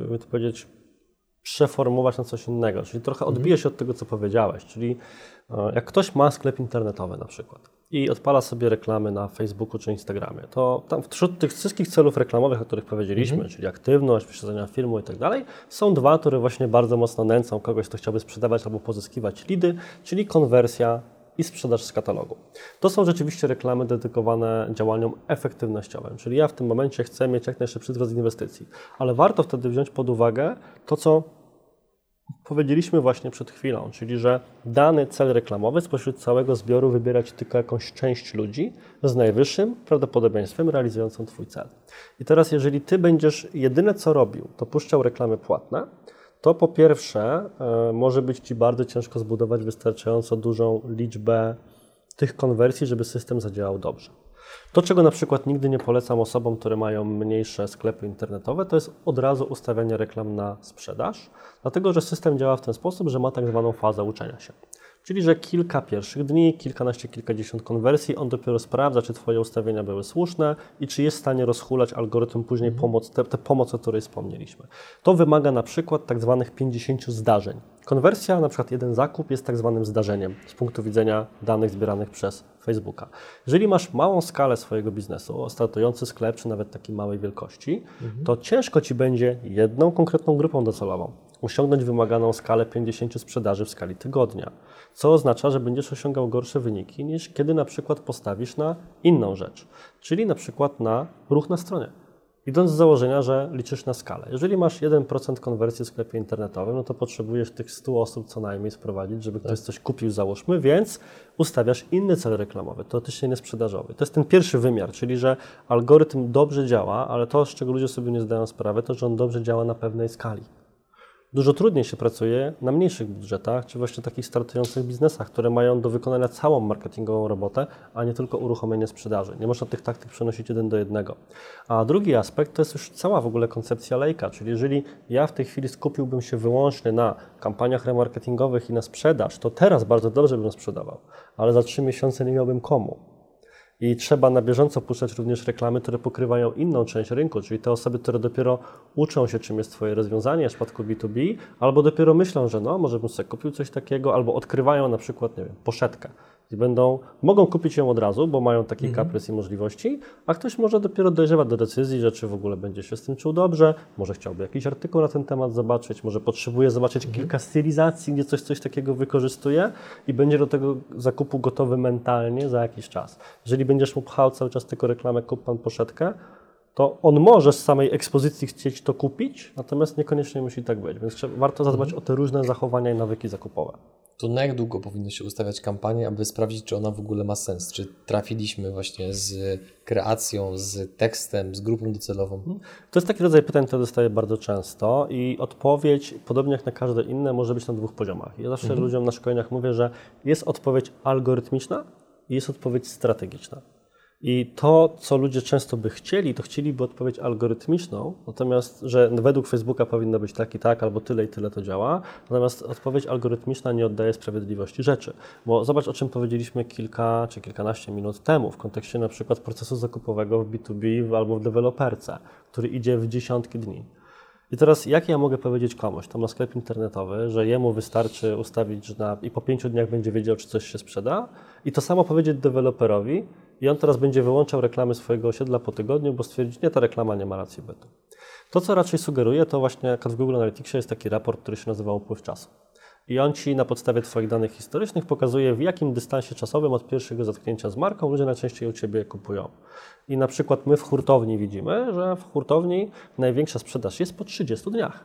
przeformułować na coś innego, czyli trochę odbije się od tego, co powiedziałeś, czyli jak ktoś ma sklep internetowy na przykład i odpala sobie reklamy na Facebooku czy Instagramie, to tam wśród tych wszystkich celów reklamowych, o których powiedzieliśmy, czyli aktywność, wyświetlenia firmy i tak dalej, są dwa, które właśnie bardzo mocno nęcą kogoś, kto chciałby sprzedawać albo pozyskiwać lidy, czyli konwersja i sprzedaż z katalogu. To są rzeczywiście reklamy dedykowane działaniom efektywnościowym, czyli ja w tym momencie chcę mieć jak najszybszy wzrost inwestycji, ale warto wtedy wziąć pod uwagę to, co powiedzieliśmy właśnie przed chwilą, czyli że dany cel reklamowy spośród całego zbioru wybierać tylko jakąś część ludzi z najwyższym prawdopodobieństwem realizującą Twój cel. I teraz jeżeli Ty będziesz jedyne co robił, to puszczał reklamy płatne, to po pierwsze może być Ci bardzo ciężko zbudować wystarczająco dużą liczbę tych konwersji, żeby system zadziałał dobrze. To, czego na przykład nigdy nie polecam osobom, które mają mniejsze sklepy internetowe, to jest od razu ustawianie reklam na sprzedaż, dlatego że system działa w ten sposób, że ma tak zwaną fazę uczenia się. Czyli, że kilka pierwszych dni, kilkanaście, kilkadziesiąt konwersji, on dopiero sprawdza, czy Twoje ustawienia były słuszne i czy jest w stanie rozhulać algorytm później tę pomoc, o której wspomnieliśmy. To wymaga na przykład tak zwanych 50 zdarzeń. Konwersja, na przykład jeden zakup jest tak zwanym zdarzeniem z punktu widzenia danych zbieranych przez Facebooka. Jeżeli masz małą skalę swojego biznesu, startujący sklep, czy nawet takiej małej wielkości, to ciężko Ci będzie jedną konkretną grupą docelową osiągnąć wymaganą skalę 50 sprzedaży w skali tygodnia, co oznacza, że będziesz osiągał gorsze wyniki niż kiedy na przykład postawisz na inną rzecz, czyli na przykład na ruch na stronie. Idąc z założenia, że liczysz na skalę. Jeżeli masz 1% konwersji w sklepie internetowym, no to potrzebujesz tych 100 osób co najmniej sprowadzić, żeby ktoś coś kupił, załóżmy, więc ustawiasz inny cel reklamowy, teoretycznie niesprzedażowy. To jest ten pierwszy wymiar, czyli że algorytm dobrze działa, ale to, z czego ludzie sobie nie zdają sprawy, to, że on dobrze działa na pewnej skali. Dużo trudniej się pracuje na mniejszych budżetach, czy właśnie takich startujących biznesach, które mają do wykonania całą marketingową robotę, a nie tylko uruchomienie sprzedaży. Nie można tych taktyk przenosić 1 do 1. A drugi aspekt to jest już cała w ogóle koncepcja lejka, czyli jeżeli ja w tej chwili skupiłbym się wyłącznie na kampaniach remarketingowych i na sprzedaż, to teraz bardzo dobrze bym sprzedawał, ale za 3 miesiące nie miałbym komu. I trzeba na bieżąco puszczać również reklamy, które pokrywają inną część rynku, czyli te osoby, które dopiero uczą się, czym jest Twoje rozwiązanie w przypadku B2B, albo dopiero myślą, że no, może bym sobie kupił coś takiego, albo odkrywają na przykład, nie wiem, poszetkę. I mogą kupić ją od razu, bo mają taki kaprys i możliwości, a ktoś może dopiero dojrzewać do decyzji, że czy w ogóle będzie się z tym czuł dobrze, może chciałby jakiś artykuł na ten temat zobaczyć, może potrzebuje zobaczyć kilka stylizacji, gdzie coś takiego wykorzystuje i będzie do tego zakupu gotowy mentalnie za jakiś czas. Jeżeli będziesz mu pchał cały czas tylko reklamę, kup pan poszetkę, to on może z samej ekspozycji chcieć to kupić, natomiast niekoniecznie musi tak być, więc warto zadbać o te różne zachowania i nawyki zakupowe. To na jak długo powinno się ustawiać kampanię, aby sprawdzić, czy ona w ogóle ma sens? Czy trafiliśmy właśnie z kreacją, z tekstem, z grupą docelową? To jest taki rodzaj pytań, który dostaję bardzo często i odpowiedź, podobnie jak na każde inne, może być na 2 poziomach. Ja zawsze ludziom na szkoleniach mówię, że jest odpowiedź algorytmiczna i jest odpowiedź strategiczna. I to, co ludzie często by chcieli, to chcieliby odpowiedź algorytmiczną, natomiast, że według Facebooka powinno być tak i tak, albo tyle i tyle to działa, natomiast odpowiedź algorytmiczna nie oddaje sprawiedliwości rzeczy. Bo zobacz, o czym powiedzieliśmy kilka czy kilkanaście minut temu w kontekście na przykład procesu zakupowego w B2B albo w deweloperce, który idzie w dziesiątki dni. I teraz jak ja mogę powiedzieć komuś, tam na sklep internetowy, że jemu wystarczy ustawić, że i po 5 dniach będzie wiedział, czy coś się sprzeda i to samo powiedzieć deweloperowi i on teraz będzie wyłączał reklamy swojego osiedla po tygodniu, bo stwierdzi, nie, ta reklama nie ma racji bytu. To, co raczej sugeruje, to właśnie w Google Analyticsie jest taki raport, który się nazywa upływ czasu. I on Ci na podstawie Twoich danych historycznych pokazuje, w jakim dystansie czasowym od pierwszego zetknięcia z marką ludzie najczęściej u Ciebie kupują. I na przykład my w hurtowni widzimy, że w hurtowni największa sprzedaż jest po 30 dniach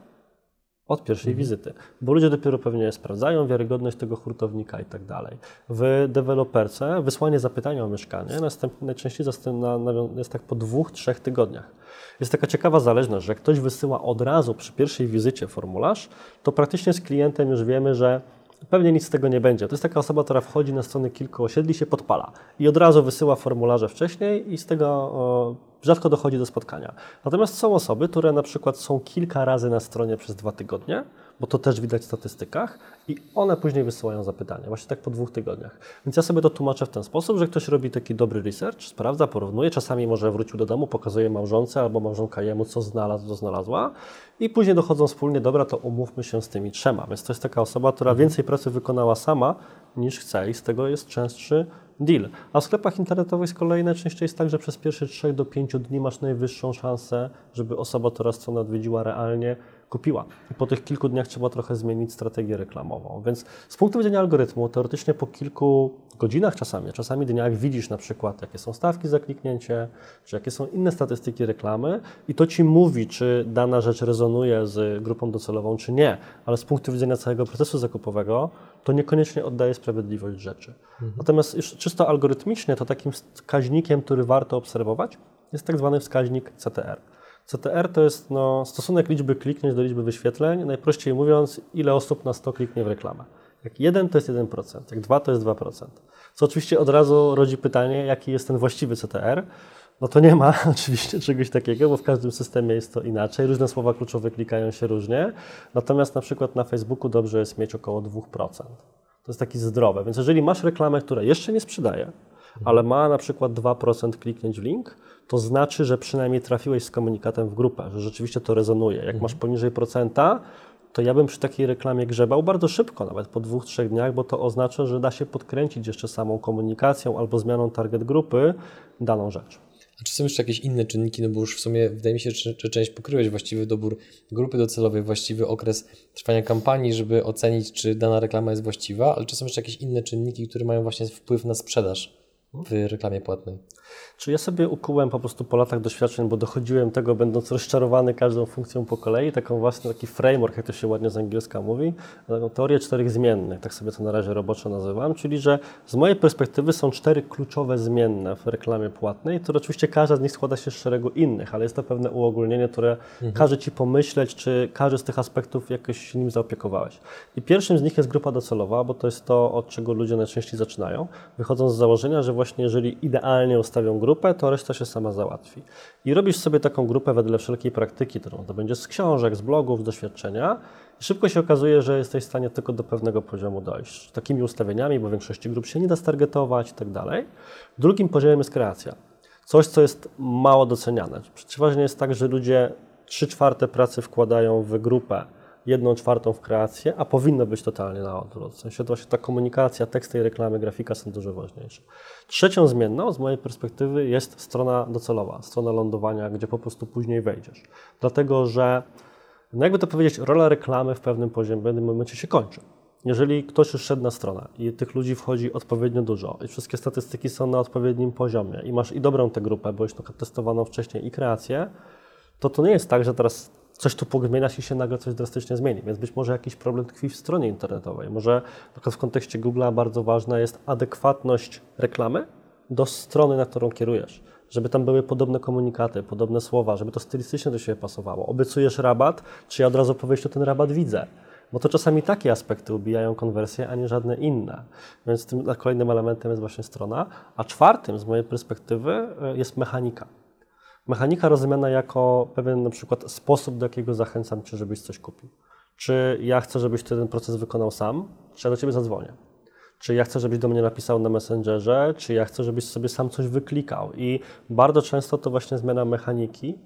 od pierwszej wizyty, bo ludzie dopiero pewnie sprawdzają wiarygodność tego hurtownika i tak dalej. W deweloperce wysłanie zapytania o mieszkanie najczęściej jest tak po 2-3 tygodniach. Jest taka ciekawa zależność, że jak ktoś wysyła od razu przy pierwszej wizycie formularz, to praktycznie z klientem już wiemy, że pewnie nic z tego nie będzie. To jest taka osoba, która wchodzi na stronę kilku osiedli, się podpala i od razu wysyła formularze wcześniej i z tego rzadko dochodzi do spotkania. Natomiast są osoby, które na przykład są kilka razy na stronie przez 2 tygodnie, bo to też widać w statystykach i one później wysyłają zapytania, właśnie tak po 2 tygodniach. Więc ja sobie to tłumaczę w ten sposób, że ktoś robi taki dobry research, sprawdza, porównuje, czasami może wrócił do domu, pokazuje małżonce albo małżonka jemu, co znalazł, co znalazła i później dochodzą wspólnie, dobra, to umówmy się z tymi 3. Więc to jest taka osoba, która więcej pracy wykonała sama niż chce i z tego jest częstszy deal. A w sklepach internetowych z kolei najczęściej jest tak, że przez pierwsze 3 do 5 dni masz najwyższą szansę, żeby osoba, która stronę odwiedziła, realnie kupiła. I po tych kilku dniach trzeba trochę zmienić strategię reklamową. Więc z punktu widzenia algorytmu, teoretycznie po kilku godzinach czasami dniach widzisz na przykład, jakie są stawki za kliknięcie, czy jakie są inne statystyki reklamy i to Ci mówi, czy dana rzecz rezonuje z grupą docelową, czy nie. Ale z punktu widzenia całego procesu zakupowego, to niekoniecznie oddaje sprawiedliwość rzeczy. Natomiast już czysto algorytmicznie, to takim wskaźnikiem, który warto obserwować, jest tak zwany wskaźnik CTR. CTR to jest stosunek liczby kliknięć do liczby wyświetleń, najprościej mówiąc, ile osób na 100 kliknie w reklamę. Jak 1 to jest 1%, jak 2 to jest 2%. Co oczywiście od razu rodzi pytanie, jaki jest ten właściwy CTR. No to nie ma oczywiście czegoś takiego, bo w każdym systemie jest to inaczej. Różne słowa kluczowe klikają się różnie. Natomiast na przykład na Facebooku dobrze jest mieć około 2%. To jest taki zdrowe. Więc jeżeli masz reklamę, która jeszcze nie sprzedaje, ale ma na przykład 2% kliknięć w link, to znaczy, że przynajmniej trafiłeś z komunikatem w grupę, że rzeczywiście to rezonuje. Jak masz poniżej procenta, to ja bym przy takiej reklamie grzebał bardzo szybko, nawet po 2-3 dniach, bo to oznacza, że da się podkręcić jeszcze samą komunikacją albo zmianą target grupy daną rzecz. A czy są jeszcze jakieś inne czynniki, no bo już w sumie wydaje mi się, że część pokryłeś, właściwy dobór grupy docelowej, właściwy okres trwania kampanii, żeby ocenić, czy dana reklama jest właściwa, ale czy są jeszcze jakieś inne czynniki, które mają właśnie wpływ na sprzedaż w reklamie płatnej? Czy ja sobie ukułem po prostu po latach doświadczeń, bo dochodziłem tego, będąc rozczarowany każdą funkcją po kolei, taki framework, jak to się ładnie z angielska mówi, taką teorię 4 zmiennych, tak sobie to na razie roboczo nazywam, czyli że z mojej perspektywy są 4 kluczowe zmienne w reklamie płatnej, które oczywiście każda z nich składa się z szeregu innych, ale jest to pewne uogólnienie, które każe Ci pomyśleć, czy każdy z tych aspektów jakoś się nim zaopiekowałeś. I pierwszym z nich jest grupa docelowa, bo to jest to, od czego ludzie najczęściej zaczynają, wychodząc z założenia, że właśnie jeżeli idealnie ustawią grupę, to reszta się sama załatwi. I robisz sobie taką grupę wedle wszelkiej praktyki, którą to będzie z książek, z blogów, z doświadczenia i szybko się okazuje, że jesteś w stanie tylko do pewnego poziomu dojść. Takimi ustawieniami, bo większości grup się nie da stargetować i tak dalej. Drugim poziomem jest kreacja. Coś, co jest mało doceniane. Przeważnie jest tak, że ludzie 3/4 pracy wkładają w grupę, 1/4 w kreację, a powinno być totalnie na odwrót. W sensie to właśnie ta komunikacja, tekst tej reklamy, grafika są dużo ważniejsze. Trzecią zmienną z mojej perspektywy jest strona docelowa, strona lądowania, gdzie po prostu później wejdziesz. Dlatego, że jakby to powiedzieć, rola reklamy w pewnym momencie się kończy. Jeżeli ktoś już szedł na stronę i tych ludzi wchodzi odpowiednio dużo i wszystkie statystyki są na odpowiednim poziomie i masz i dobrą tę grupę, bo już testowaną wcześniej i kreację, to nie jest tak, że teraz coś tu pogmienia się i się nagle coś drastycznie zmieni, więc być może jakiś problem tkwi w stronie internetowej. Może na przykład w kontekście Google'a bardzo ważna jest adekwatność reklamy do strony, na którą kierujesz. Żeby tam były podobne komunikaty, podobne słowa, żeby to stylistycznie do siebie pasowało. Obiecujesz rabat, czy ja od razu po wejściu ten rabat widzę? Bo to czasami takie aspekty ubijają konwersję, a nie żadne inne. Więc tym kolejnym elementem jest właśnie strona. A czwartym z mojej perspektywy jest mechanika. Mechanika rozumiana jako pewien na przykład sposób, do jakiego zachęcam Cię, żebyś coś kupił. Czy ja chcę, żebyś Ty ten proces wykonał sam, czy ja do Ciebie zadzwonię. Czy ja chcę, żebyś do mnie napisał na Messengerze, czy ja chcę, żebyś sobie sam coś wyklikał. I bardzo często to właśnie zmiana mechaniki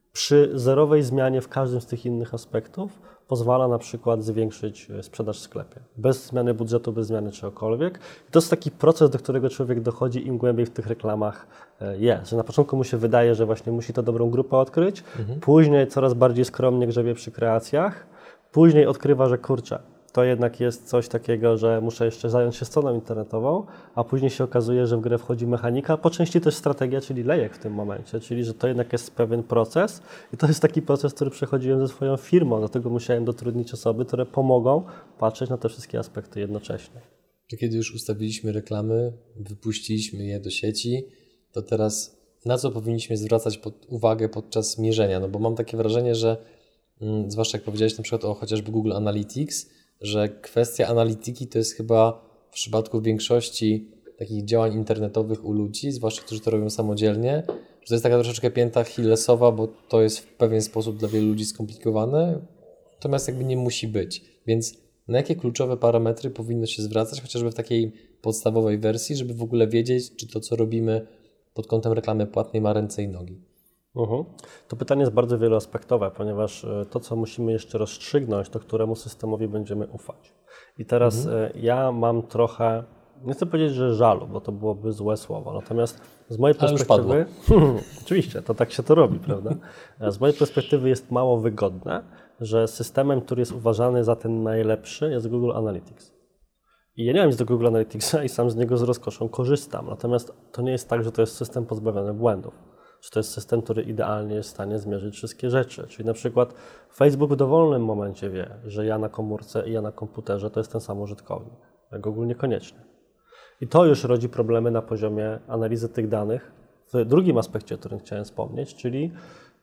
przy zerowej zmianie w każdym z tych innych aspektów pozwala na przykład zwiększyć sprzedaż w sklepie. Bez zmiany budżetu, bez zmiany czegokolwiek. I to jest taki proces, do którego człowiek dochodzi im głębiej w tych reklamach jest. Że na początku mu się wydaje, że właśnie musi tę dobrą grupę odkryć, później coraz bardziej skromnie grzebie przy kreacjach, później odkrywa, że kurczę, to jednak jest coś takiego, że muszę jeszcze zająć się stroną internetową, a później się okazuje, że w grę wchodzi mechanika, po części też strategia, czyli lejek w tym momencie, czyli że to jednak jest pewien proces i to jest taki proces, który przechodziłem ze swoją firmą, dlatego musiałem dotrudnić osoby, które pomogą patrzeć na te wszystkie aspekty jednocześnie. Kiedy już ustawiliśmy reklamy, wypuściliśmy je do sieci, to teraz na co powinniśmy zwracać uwagę podczas mierzenia? No bo mam takie wrażenie, że zwłaszcza jak powiedziałeś na przykład o chociażby Google Analytics, że kwestia analityki to jest chyba w przypadku większości takich działań internetowych u ludzi, zwłaszcza którzy to robią samodzielnie, że to jest taka troszeczkę pięta achillesowa, bo to jest w pewien sposób dla wielu ludzi skomplikowane, natomiast jakby nie musi być. Więc na jakie kluczowe parametry powinno się zwracać, chociażby w takiej podstawowej wersji, żeby w ogóle wiedzieć, czy to, co robimy pod kątem reklamy płatnej, ma ręce i nogi? To pytanie jest bardzo wieloaspektowe, ponieważ to, co musimy jeszcze rozstrzygnąć, to któremu systemowi będziemy ufać. I teraz ja mam trochę, nie chcę powiedzieć, że żalu, bo to byłoby złe słowo, natomiast z mojej perspektywy, oczywiście, to tak się to robi, prawda? Z mojej perspektywy jest mało wygodne, że systemem, który jest uważany za ten najlepszy, jest Google Analytics. I ja nie mam nic do Google Analyticsa i sam z niego z rozkoszą korzystam, natomiast to nie jest tak, że to jest system pozbawiony błędów. Że to jest system, który idealnie jest w stanie zmierzyć wszystkie rzeczy. Czyli na przykład Facebook w dowolnym momencie wie, że ja na komórce i ja na komputerze to jest ten sam użytkownik, a Google niekoniecznie. I to już rodzi problemy na poziomie analizy tych danych w drugim aspekcie, o którym chciałem wspomnieć, czyli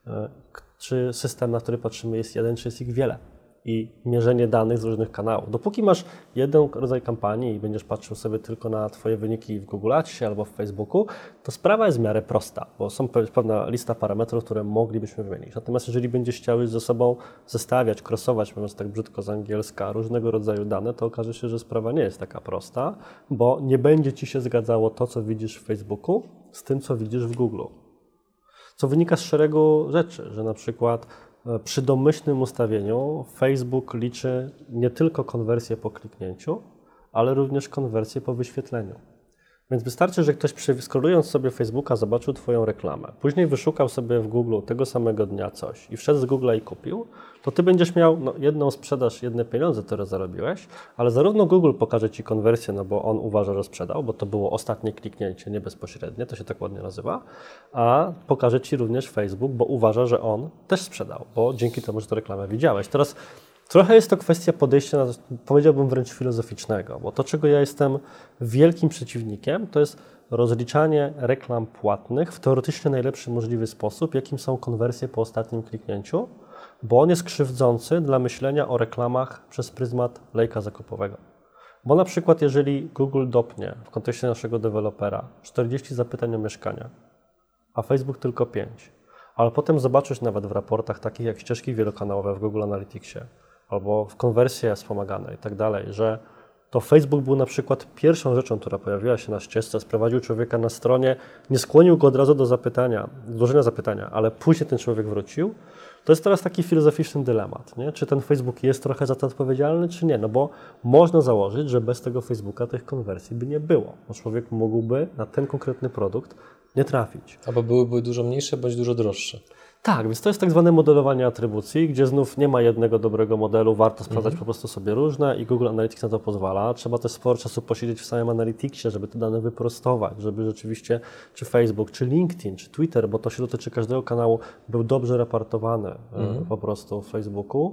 czy system, na który patrzymy, jest jeden, czy jest ich wiele. I mierzenie danych z różnych kanałów. Dopóki masz jeden rodzaj kampanii i będziesz patrzył sobie tylko na Twoje wyniki w Google Adsie albo w Facebooku, to sprawa jest w miarę prosta, bo są pewna lista parametrów, które moglibyśmy wymienić. Natomiast jeżeli będziesz chciał ze sobą zestawiać, crossować, mówiąc tak brzydko z angielska, różnego rodzaju dane, to okaże się, że sprawa nie jest taka prosta, bo nie będzie Ci się zgadzało to, co widzisz w Facebooku, z tym, co widzisz w Google. Co wynika z szeregu rzeczy, że na przykład przy domyślnym ustawieniu Facebook liczy nie tylko konwersję po kliknięciu, ale również konwersję po wyświetleniu. Więc wystarczy, że ktoś scrollując sobie Facebooka zobaczył Twoją reklamę, później wyszukał sobie w Google tego samego dnia coś i wszedł z Google'a i kupił, to Ty będziesz miał jedną sprzedaż, jedne pieniądze, które zarobiłeś, ale zarówno Google pokaże Ci konwersję, no bo on uważa, że sprzedał, bo to było ostatnie kliknięcie, nie bezpośrednie, to się tak ładnie nazywa, a pokaże Ci również Facebook, bo uważa, że on też sprzedał, bo dzięki temu, że tę reklamę widziałeś. Teraz trochę jest to kwestia podejścia, powiedziałbym wręcz filozoficznego, bo to, czego ja jestem wielkim przeciwnikiem, to jest rozliczanie reklam płatnych w teoretycznie najlepszy możliwy sposób, jakim są konwersje po ostatnim kliknięciu, bo on jest krzywdzący dla myślenia o reklamach przez pryzmat lejka zakupowego. Bo na przykład jeżeli Google dopnie w kontekście naszego dewelopera 40 zapytań o mieszkania, a Facebook tylko 5, ale potem zobaczysz nawet w raportach takich jak ścieżki wielokanałowe w Google Analyticsie, albo w konwersji wspomaganej i tak dalej, że to Facebook był na przykład pierwszą rzeczą, która pojawiła się na ścieżce, sprowadził człowieka na stronie, nie skłonił go od razu do złożenia zapytania, ale później ten człowiek wrócił, to jest teraz taki filozoficzny dylemat, nie? Czy ten Facebook jest trochę za to odpowiedzialny, czy nie? No bo można założyć, że bez tego Facebooka tych konwersji by nie było, bo człowiek mógłby na ten konkretny produkt nie trafić. Albo byłyby dużo mniejsze, bądź dużo droższe. Tak, więc to jest tak zwane modelowanie atrybucji, gdzie znów nie ma jednego dobrego modelu, warto sprawdzać po prostu sobie różne i Google Analytics na to pozwala. Trzeba też sporo czasu posiedzieć w samym Analyticsie, żeby te dane wyprostować, żeby rzeczywiście czy Facebook, czy LinkedIn, czy Twitter, bo to się dotyczy każdego kanału, był dobrze raportowany po prostu w Facebooku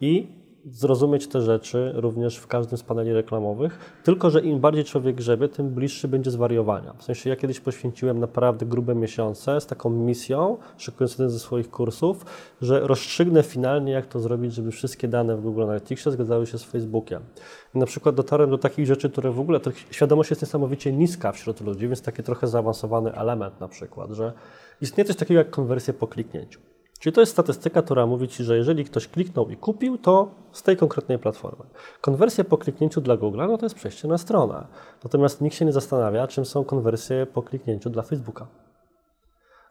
i zrozumieć te rzeczy również w każdym z paneli reklamowych, tylko że im bardziej człowiek grzebie, tym bliższy będzie zwariowania. W sensie ja kiedyś poświęciłem naprawdę grube miesiące z taką misją, szykując jeden ze swoich kursów, że rozstrzygnę finalnie, jak to zrobić, żeby wszystkie dane w Google Analyticsie zgadzały się z Facebookiem. I na przykład dotarłem do takich rzeczy, które w ogóle, świadomość jest niesamowicie niska wśród ludzi, więc taki trochę zaawansowany element na przykład, że istnieje coś takiego jak konwersja po kliknięciu. Czyli to jest statystyka, która mówi Ci, że jeżeli ktoś kliknął i kupił, to z tej konkretnej platformy. Konwersja po kliknięciu dla Google'a, no to jest przejście na stronę. Natomiast nikt się nie zastanawia, czym są konwersje po kliknięciu dla Facebooka.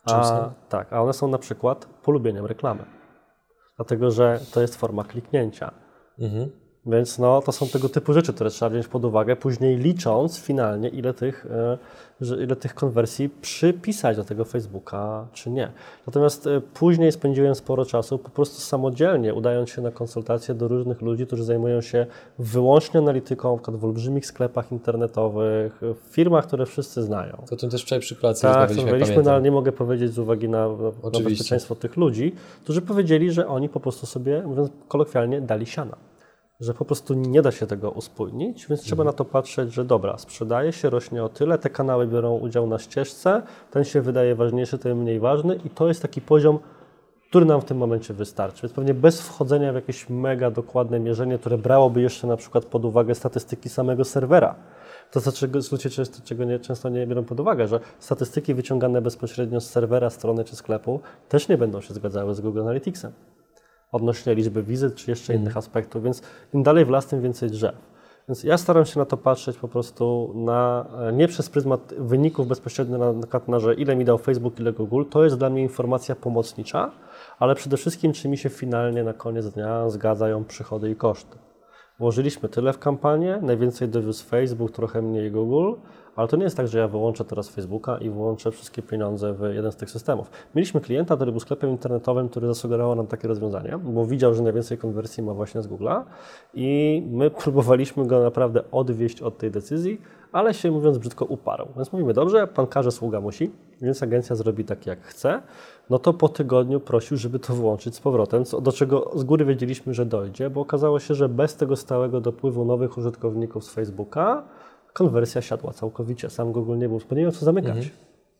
Tak, a one są na przykład polubieniem reklamy. Dlatego, że to jest forma kliknięcia. Więc to są tego typu rzeczy, które trzeba wziąć pod uwagę, później licząc finalnie, ile tych konwersji przypisać do tego Facebooka, czy nie. Natomiast później spędziłem sporo czasu po prostu samodzielnie, udając się na konsultacje do różnych ludzi, którzy zajmują się wyłącznie analityką, na przykład w olbrzymich sklepach internetowych, w firmach, które wszyscy znają. To o tym też wczoraj przy kolacji rozmawialiśmy, ale nie mogę powiedzieć z uwagi na bezpieczeństwo tych ludzi, którzy powiedzieli, że oni po prostu sobie, mówiąc kolokwialnie, dali siana. Że po prostu nie da się tego uspójnić, więc trzeba na to patrzeć, że dobra, sprzedaje się, rośnie o tyle, te kanały biorą udział na ścieżce, ten się wydaje ważniejszy, ten mniej ważny i to jest taki poziom, który nam w tym momencie wystarczy. Więc pewnie bez wchodzenia w jakieś mega dokładne mierzenie, które brałoby jeszcze na przykład pod uwagę statystyki samego serwera. To, ludzie często nie biorą pod uwagę, że statystyki wyciągane bezpośrednio z serwera, strony czy sklepu też nie będą się zgadzały z Google Analyticsem odnośnie liczby wizyt czy jeszcze innych aspektów, więc im dalej w las, tym więcej drzew. Więc ja staram się na to patrzeć po prostu nie przez pryzmat wyników bezpośrednio na przykład że ile mi dał Facebook, ile Google, to jest dla mnie informacja pomocnicza, ale przede wszystkim czy mi się finalnie na koniec dnia zgadzają przychody i koszty. Włożyliśmy tyle w kampanię, najwięcej dowiózł Facebook, trochę mniej Google, ale to nie jest tak, że ja wyłączę teraz Facebooka i włączę wszystkie pieniądze w jeden z tych systemów. Mieliśmy klienta, który był sklepem internetowym, który zasugerował nam takie rozwiązanie, bo widział, że najwięcej konwersji ma właśnie z Google'a i my próbowaliśmy go naprawdę odwieść od tej decyzji, ale się, mówiąc brzydko, uparł. Więc mówimy, dobrze, pan każe, sługa musi, więc agencja zrobi tak, jak chce. No to po tygodniu prosił, żeby to wyłączyć z powrotem, do czego z góry wiedzieliśmy, że dojdzie, bo okazało się, że bez tego stałego dopływu nowych użytkowników z Facebooka konwersja siadła całkowicie. Sam Google nie miał co zamykać.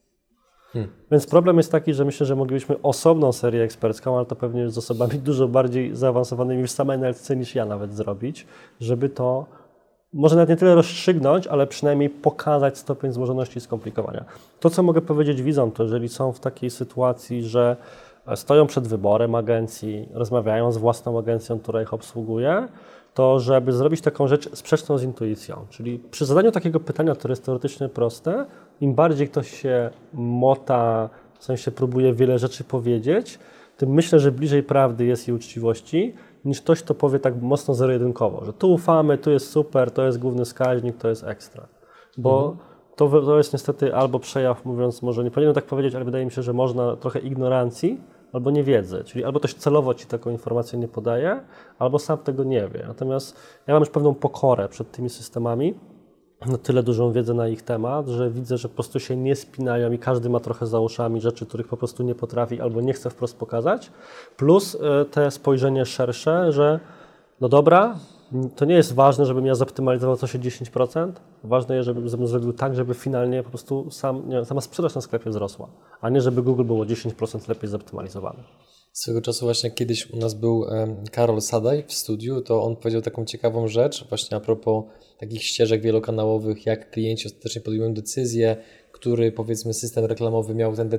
Więc problem jest taki, że myślę, że moglibyśmy osobną serię ekspercką, ale to pewnie z osobami dużo bardziej zaawansowanymi w samej analityce niż ja nawet zrobić, żeby to może nawet nie tyle rozstrzygnąć, ale przynajmniej pokazać stopień złożoności i skomplikowania. To, co mogę powiedzieć widzom, to jeżeli są w takiej sytuacji, że stoją przed wyborem agencji, rozmawiają z własną agencją, która ich obsługuje, to żeby zrobić taką rzecz sprzeczną z intuicją. Czyli przy zadaniu takiego pytania, które jest teoretycznie proste, im bardziej ktoś się mota, w sensie próbuje wiele rzeczy powiedzieć, tym myślę, że bliżej prawdy jest i uczciwości, niż ktoś, kto powie tak mocno zero-jedynkowo, że tu ufamy, tu jest super, to jest główny wskaźnik, to jest ekstra. Bo to jest niestety albo przejaw, mówiąc, może nie powinienem tak powiedzieć, ale wydaje mi się, że można trochę ignorancji, albo niewiedzy, czyli albo ktoś celowo ci taką informację nie podaje, albo sam tego nie wie. Natomiast ja mam już pewną pokorę przed tymi systemami, na tyle dużą wiedzę na ich temat, że widzę, że po prostu się nie spinają i każdy ma trochę za uszami rzeczy, których po prostu nie potrafi albo nie chce wprost pokazać, plus te spojrzenie szersze, że no dobra, to nie jest ważne, żebym ja zoptymalizował coś o 10%, ważne jest, żebym zrobił tak, żeby finalnie po prostu sama sprzedaż na sklepie wzrosła, a nie żeby Google było 10% lepiej zoptymalizowany. Swego czasu właśnie kiedyś u nas był Karol Sadaj w studiu, to on powiedział taką ciekawą rzecz właśnie a propos takich ścieżek wielokanałowych, jak klienci ostatecznie podejmują decyzję, który powiedzmy system reklamowy miał ten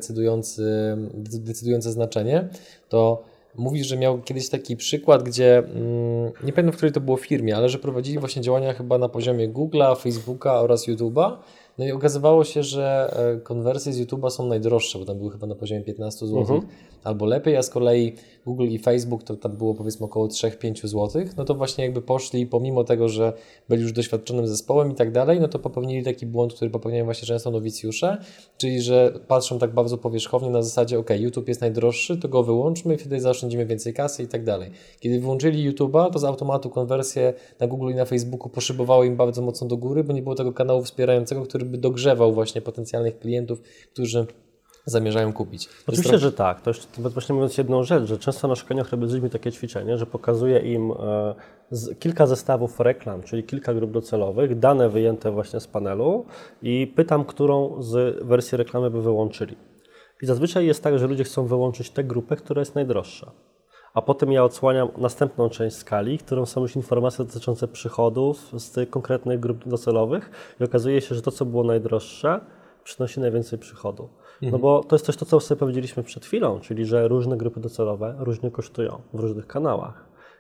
decydujące znaczenie, to mówi, że miał kiedyś taki przykład, gdzie nie pamiętam, w której to było firmie, ale że prowadzili właśnie działania chyba na poziomie Google'a, Facebooka oraz YouTube'a. No i okazywało się, że konwersje z YouTube'a są najdroższe, bo tam były chyba na poziomie 15 zł albo lepiej, a z kolei Google i Facebook to tam było powiedzmy około 3-5 zł. No to właśnie jakby poszli, pomimo tego, że byli już doświadczonym zespołem i tak dalej, no to popełnili taki błąd, który popełniają właśnie często nowicjusze, czyli że patrzą tak bardzo powierzchownie na zasadzie YouTube jest najdroższy, to go wyłączmy i wtedy zaoszczędzimy więcej kasy i tak dalej. Kiedy wyłączyli YouTube'a, to z automatu konwersje na Google i na Facebooku poszybowały im bardzo mocno do góry, bo nie było tego kanału wspierającego, który by dogrzewał właśnie potencjalnych klientów, którzy zamierzają kupić. Oczywiście, że tak. To jeszcze właśnie mówiąc jedną rzecz, że często na szkoleniach robiliśmy takie ćwiczenie, że pokazuję im kilka zestawów reklam, czyli kilka grup docelowych, dane wyjęte właśnie z panelu i pytam, którą z wersji reklamy by wyłączyli. I zazwyczaj jest tak, że ludzie chcą wyłączyć tę grupę, która jest najdroższa. A potem ja odsłaniam następną część skali, którą są już informacje dotyczące przychodów z tych konkretnych grup docelowych i okazuje się, że to, co było najdroższe, przynosi najwięcej przychodu. No bo to jest też to, co sobie powiedzieliśmy przed chwilą, czyli że różne grupy docelowe różnie kosztują w różnych kanałach.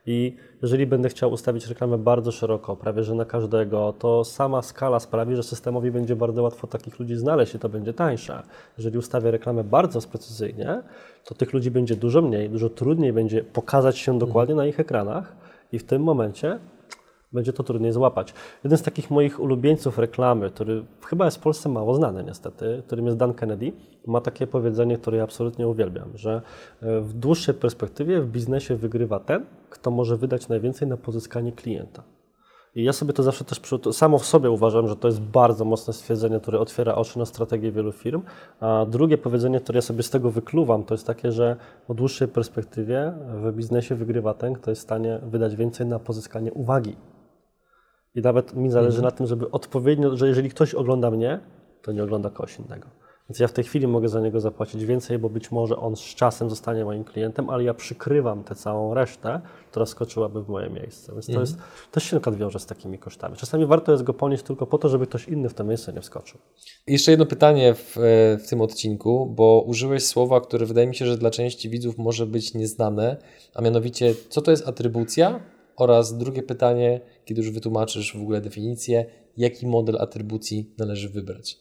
I jeżeli będę chciał ustawić reklamę bardzo szeroko, prawie że na każdego, to sama skala sprawi, że systemowi będzie bardzo łatwo takich ludzi znaleźć i to będzie tańsze. Jeżeli ustawię reklamę bardzo precyzyjnie, to tych ludzi będzie dużo mniej, dużo trudniej będzie pokazać się dokładnie na ich ekranach i w tym momencie będzie to trudniej złapać. Jeden z takich moich ulubieńców reklamy, który chyba jest w Polsce mało znany niestety, którym jest Dan Kennedy, ma takie powiedzenie, które ja absolutnie uwielbiam, że w dłuższej perspektywie w biznesie wygrywa ten, kto może wydać najwięcej na pozyskanie klienta. I ja sobie to zawsze też samo w sobie uważam, że to jest bardzo mocne stwierdzenie, które otwiera oczy na strategię wielu firm. A drugie powiedzenie, które ja sobie z tego wykluwam, to jest takie, że w dłuższej perspektywie w biznesie wygrywa ten, kto jest w stanie wydać więcej na pozyskanie uwagi. I nawet mi zależy na tym, żeby odpowiednio, że jeżeli ktoś ogląda mnie, to nie ogląda kogoś innego. Więc ja w tej chwili mogę za niego zapłacić więcej, bo być może on z czasem zostanie moim klientem, ale ja przykrywam tę całą resztę, która skoczyłaby w moje miejsce. Więc to jest, też się na przykład wiąże z takimi kosztami. Czasami warto jest go ponieść tylko po to, żeby ktoś inny w to miejsce nie wskoczył. Jeszcze jedno pytanie w tym odcinku, bo użyłeś słowa, które wydaje mi się, że dla części widzów może być nieznane, a mianowicie, co to jest atrybucja? Oraz drugie pytanie, kiedy już wytłumaczysz w ogóle definicję, jaki model atrybucji należy wybrać?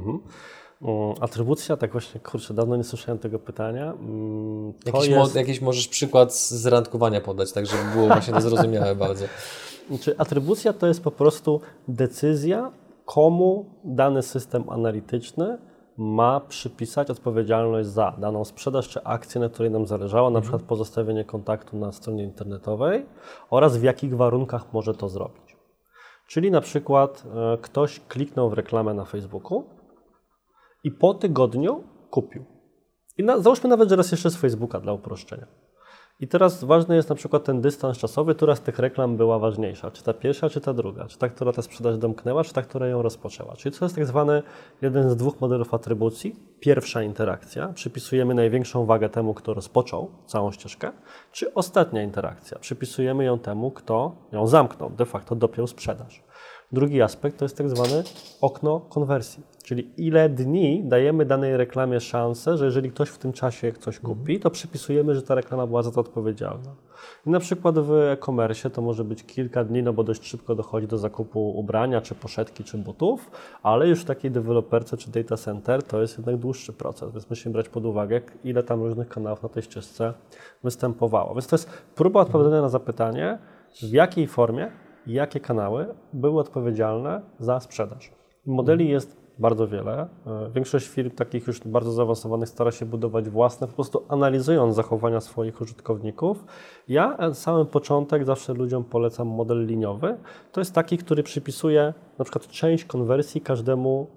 Atrybucja, tak właśnie, kurczę, dawno nie słyszałem tego pytania. Jakiś możesz przykład z randkowania podać, tak żeby było właśnie to zrozumiałe bardzo. Znaczy, atrybucja to jest po prostu decyzja, komu dany system analityczny ma przypisać odpowiedzialność za daną sprzedaż czy akcję, na której nam zależało, na przykład pozostawienie kontaktu na stronie internetowej oraz w jakich warunkach może to zrobić. Czyli na przykład ktoś kliknął w reklamę na Facebooku i po tygodniu kupił. I załóżmy nawet, że raz jeszcze z Facebooka dla uproszczenia. I teraz ważny jest na przykład ten dystans czasowy, która z tych reklam była ważniejsza. Czy ta pierwsza, czy ta druga? Czy ta, która tę sprzedaż domknęła, czy ta, która ją rozpoczęła? Czyli to jest tak zwany jeden z dwóch modelów atrybucji. Pierwsza interakcja. Przypisujemy największą wagę temu, kto rozpoczął całą ścieżkę. Czy ostatnia interakcja. Przypisujemy ją temu, kto ją zamknął, de facto dopiął sprzedaż. Drugi aspekt to jest tak zwany okno konwersji, czyli ile dni dajemy danej reklamie szansę, że jeżeli ktoś w tym czasie coś kupi, to przypisujemy, że ta reklama była za to odpowiedzialna. I na przykład w e-commerce to może być kilka dni, no bo dość szybko dochodzi do zakupu ubrania, czy poszetki, czy butów, ale już w takiej deweloperce czy data center to jest jednak dłuższy proces, więc musimy brać pod uwagę, ile tam różnych kanałów na tej ścieżce występowało. Więc to jest próba odpowiedzenia na zapytanie, w jakiej formie i jakie kanały były odpowiedzialne za sprzedaż. Modeli jest bardzo wiele. Większość firm takich już bardzo zaawansowanych stara się budować własne, po prostu analizując zachowania swoich użytkowników. Ja na samym początek zawsze ludziom polecam model liniowy. To jest taki, który przypisuje na przykład część konwersji każdemu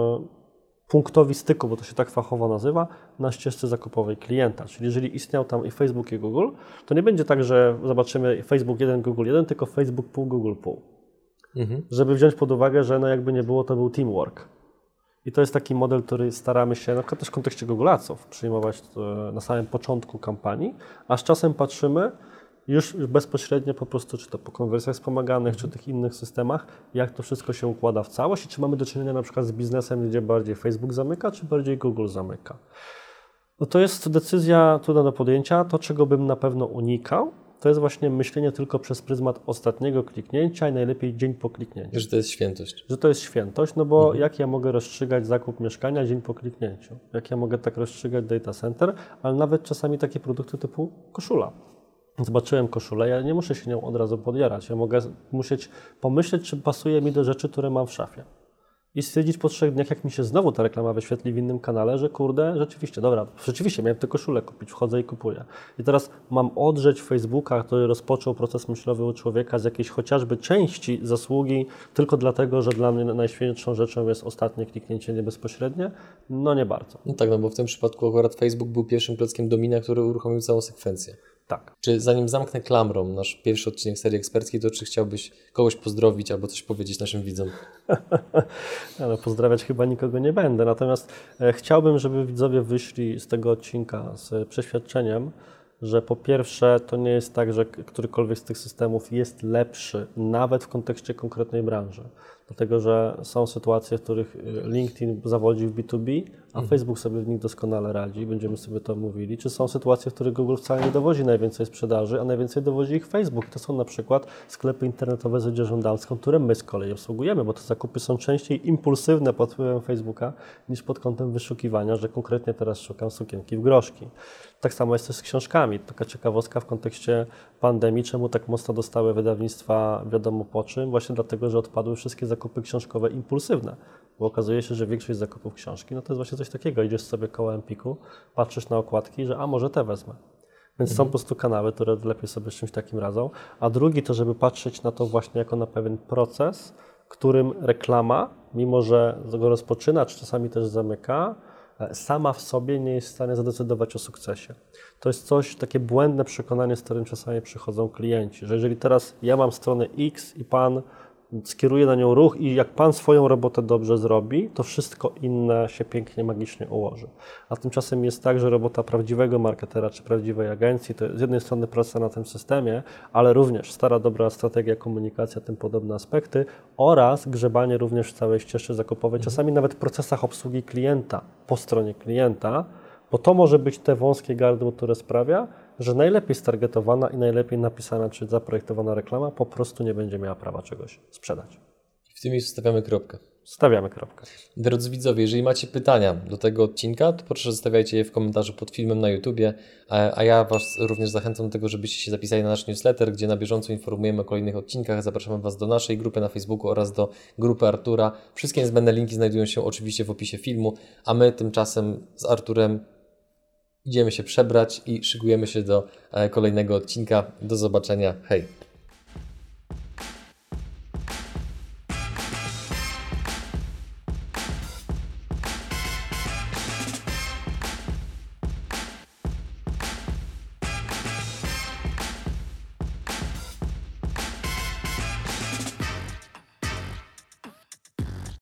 punktowi styku, bo to się tak fachowo nazywa, na ścieżce zakupowej klienta. Czyli jeżeli istniał tam i Facebook i Google, to nie będzie tak, że zobaczymy Facebook 1, Google 1, tylko Facebook pół, Google pół. Żeby wziąć pod uwagę, że no jakby nie było, to był teamwork. I to jest taki model, który staramy się, na przykład też w kontekście Google Adsów, przyjmować na samym początku kampanii, a z czasem patrzymy już bezpośrednio po prostu, czy to po konwersjach wspomaganych, czy tych innych systemach, jak to wszystko się układa w całość i czy mamy do czynienia na przykład z biznesem, gdzie bardziej Facebook zamyka, czy bardziej Google zamyka. No to jest decyzja trudna do podjęcia. To, czego bym na pewno unikał, to jest właśnie myślenie tylko przez pryzmat ostatniego kliknięcia i najlepiej dzień po kliknięciu. Że to jest świętość. Że to jest świętość, no bo jak ja mogę rozstrzygać zakup mieszkania dzień po kliknięciu? Jak ja mogę tak rozstrzygać data center, ale nawet czasami takie produkty typu koszula. Zobaczyłem koszulę, ja nie muszę się nią od razu podjarać. Ja mogę pomyśleć, czy pasuje mi do rzeczy, które mam w szafie. I stwierdzić po 3 dniach, jak mi się znowu ta reklama wyświetli w innym kanale, że kurde, rzeczywiście miałem tę koszulę kupić, wchodzę i kupuję. I teraz mam odrzeć Facebooka, który rozpoczął proces myślowy u człowieka z jakiejś chociażby części zasługi, tylko dlatego, że dla mnie najświętszą rzeczą jest ostatnie kliknięcie niebezpośrednie? No nie bardzo. No tak, no bo w tym przypadku akurat Facebook był pierwszym klockiem domina, który uruchomił całą sekwencję. Tak. Czy zanim zamknę klamrą nasz pierwszy odcinek serii eksperckiej, to czy chciałbyś kogoś pozdrowić albo coś powiedzieć naszym widzom? Ale pozdrawiać chyba nikogo nie będę, natomiast chciałbym, żeby widzowie wyszli z tego odcinka z przeświadczeniem, że po pierwsze to nie jest tak, że którykolwiek z tych systemów jest lepszy, nawet w kontekście konkretnej branży. Dlatego, że są sytuacje, w których LinkedIn zawodzi w B2B, a Facebook sobie w nich doskonale radzi, będziemy sobie to mówili. Czy są sytuacje, w których Google wcale nie dowodzi najwięcej sprzedaży, a najwięcej dowodzi ich Facebook. To są na przykład sklepy internetowe z odzieżą damską, które my z kolei obsługujemy, bo te zakupy są częściej impulsywne pod wpływem Facebooka niż pod kątem wyszukiwania, że konkretnie teraz szukam sukienki w groszki. Tak samo jest też z książkami. Taka ciekawostka w kontekście pandemii, czemu tak mocno dostały wydawnictwa wiadomo po czym? Właśnie dlatego, że odpadły wszystkie zakupy książkowe impulsywne. Bo okazuje się, że większość zakupów książki, no to jest właśnie coś takiego. Idziesz sobie koło Empiku, patrzysz na okładki, że może te wezmę. Więc są po prostu kanały, które lepiej sobie z czymś takim radzą. A drugi to, żeby patrzeć na to właśnie jako na pewien proces, którym reklama, mimo że go rozpoczyna, czy czasami też zamyka, sama w sobie nie jest w stanie zadecydować o sukcesie. To jest coś, takie błędne przekonanie, z którym czasami przychodzą klienci, że jeżeli teraz ja mam stronę X i Pan skieruje na nią ruch i jak Pan swoją robotę dobrze zrobi, to wszystko inne się pięknie, magicznie ułoży. A tymczasem jest tak, że robota prawdziwego marketera czy prawdziwej agencji to z jednej strony praca na tym systemie, ale również stara, dobra strategia, komunikacja, tym podobne aspekty oraz grzebanie również w całej ścieżce zakupowej, czasami nawet w procesach obsługi klienta po stronie klienta, bo to może być te wąskie gardło, które sprawia, że najlepiej stargetowana i najlepiej napisana czy zaprojektowana reklama po prostu nie będzie miała prawa czegoś sprzedać. W tym miejscu stawiamy kropkę. Stawiamy kropkę. Drodzy widzowie, jeżeli macie pytania do tego odcinka, to proszę zostawiajcie je w komentarzu pod filmem na YouTubie, a ja Was również zachęcam do tego, żebyście się zapisali na nasz newsletter, gdzie na bieżąco informujemy o kolejnych odcinkach. Zapraszamy Was do naszej grupy na Facebooku oraz do grupy Artura. Wszystkie niezbędne linki znajdują się oczywiście w opisie filmu, a my tymczasem z Arturem idziemy się przebrać i szykujemy się do kolejnego odcinka. Do zobaczenia. Hej!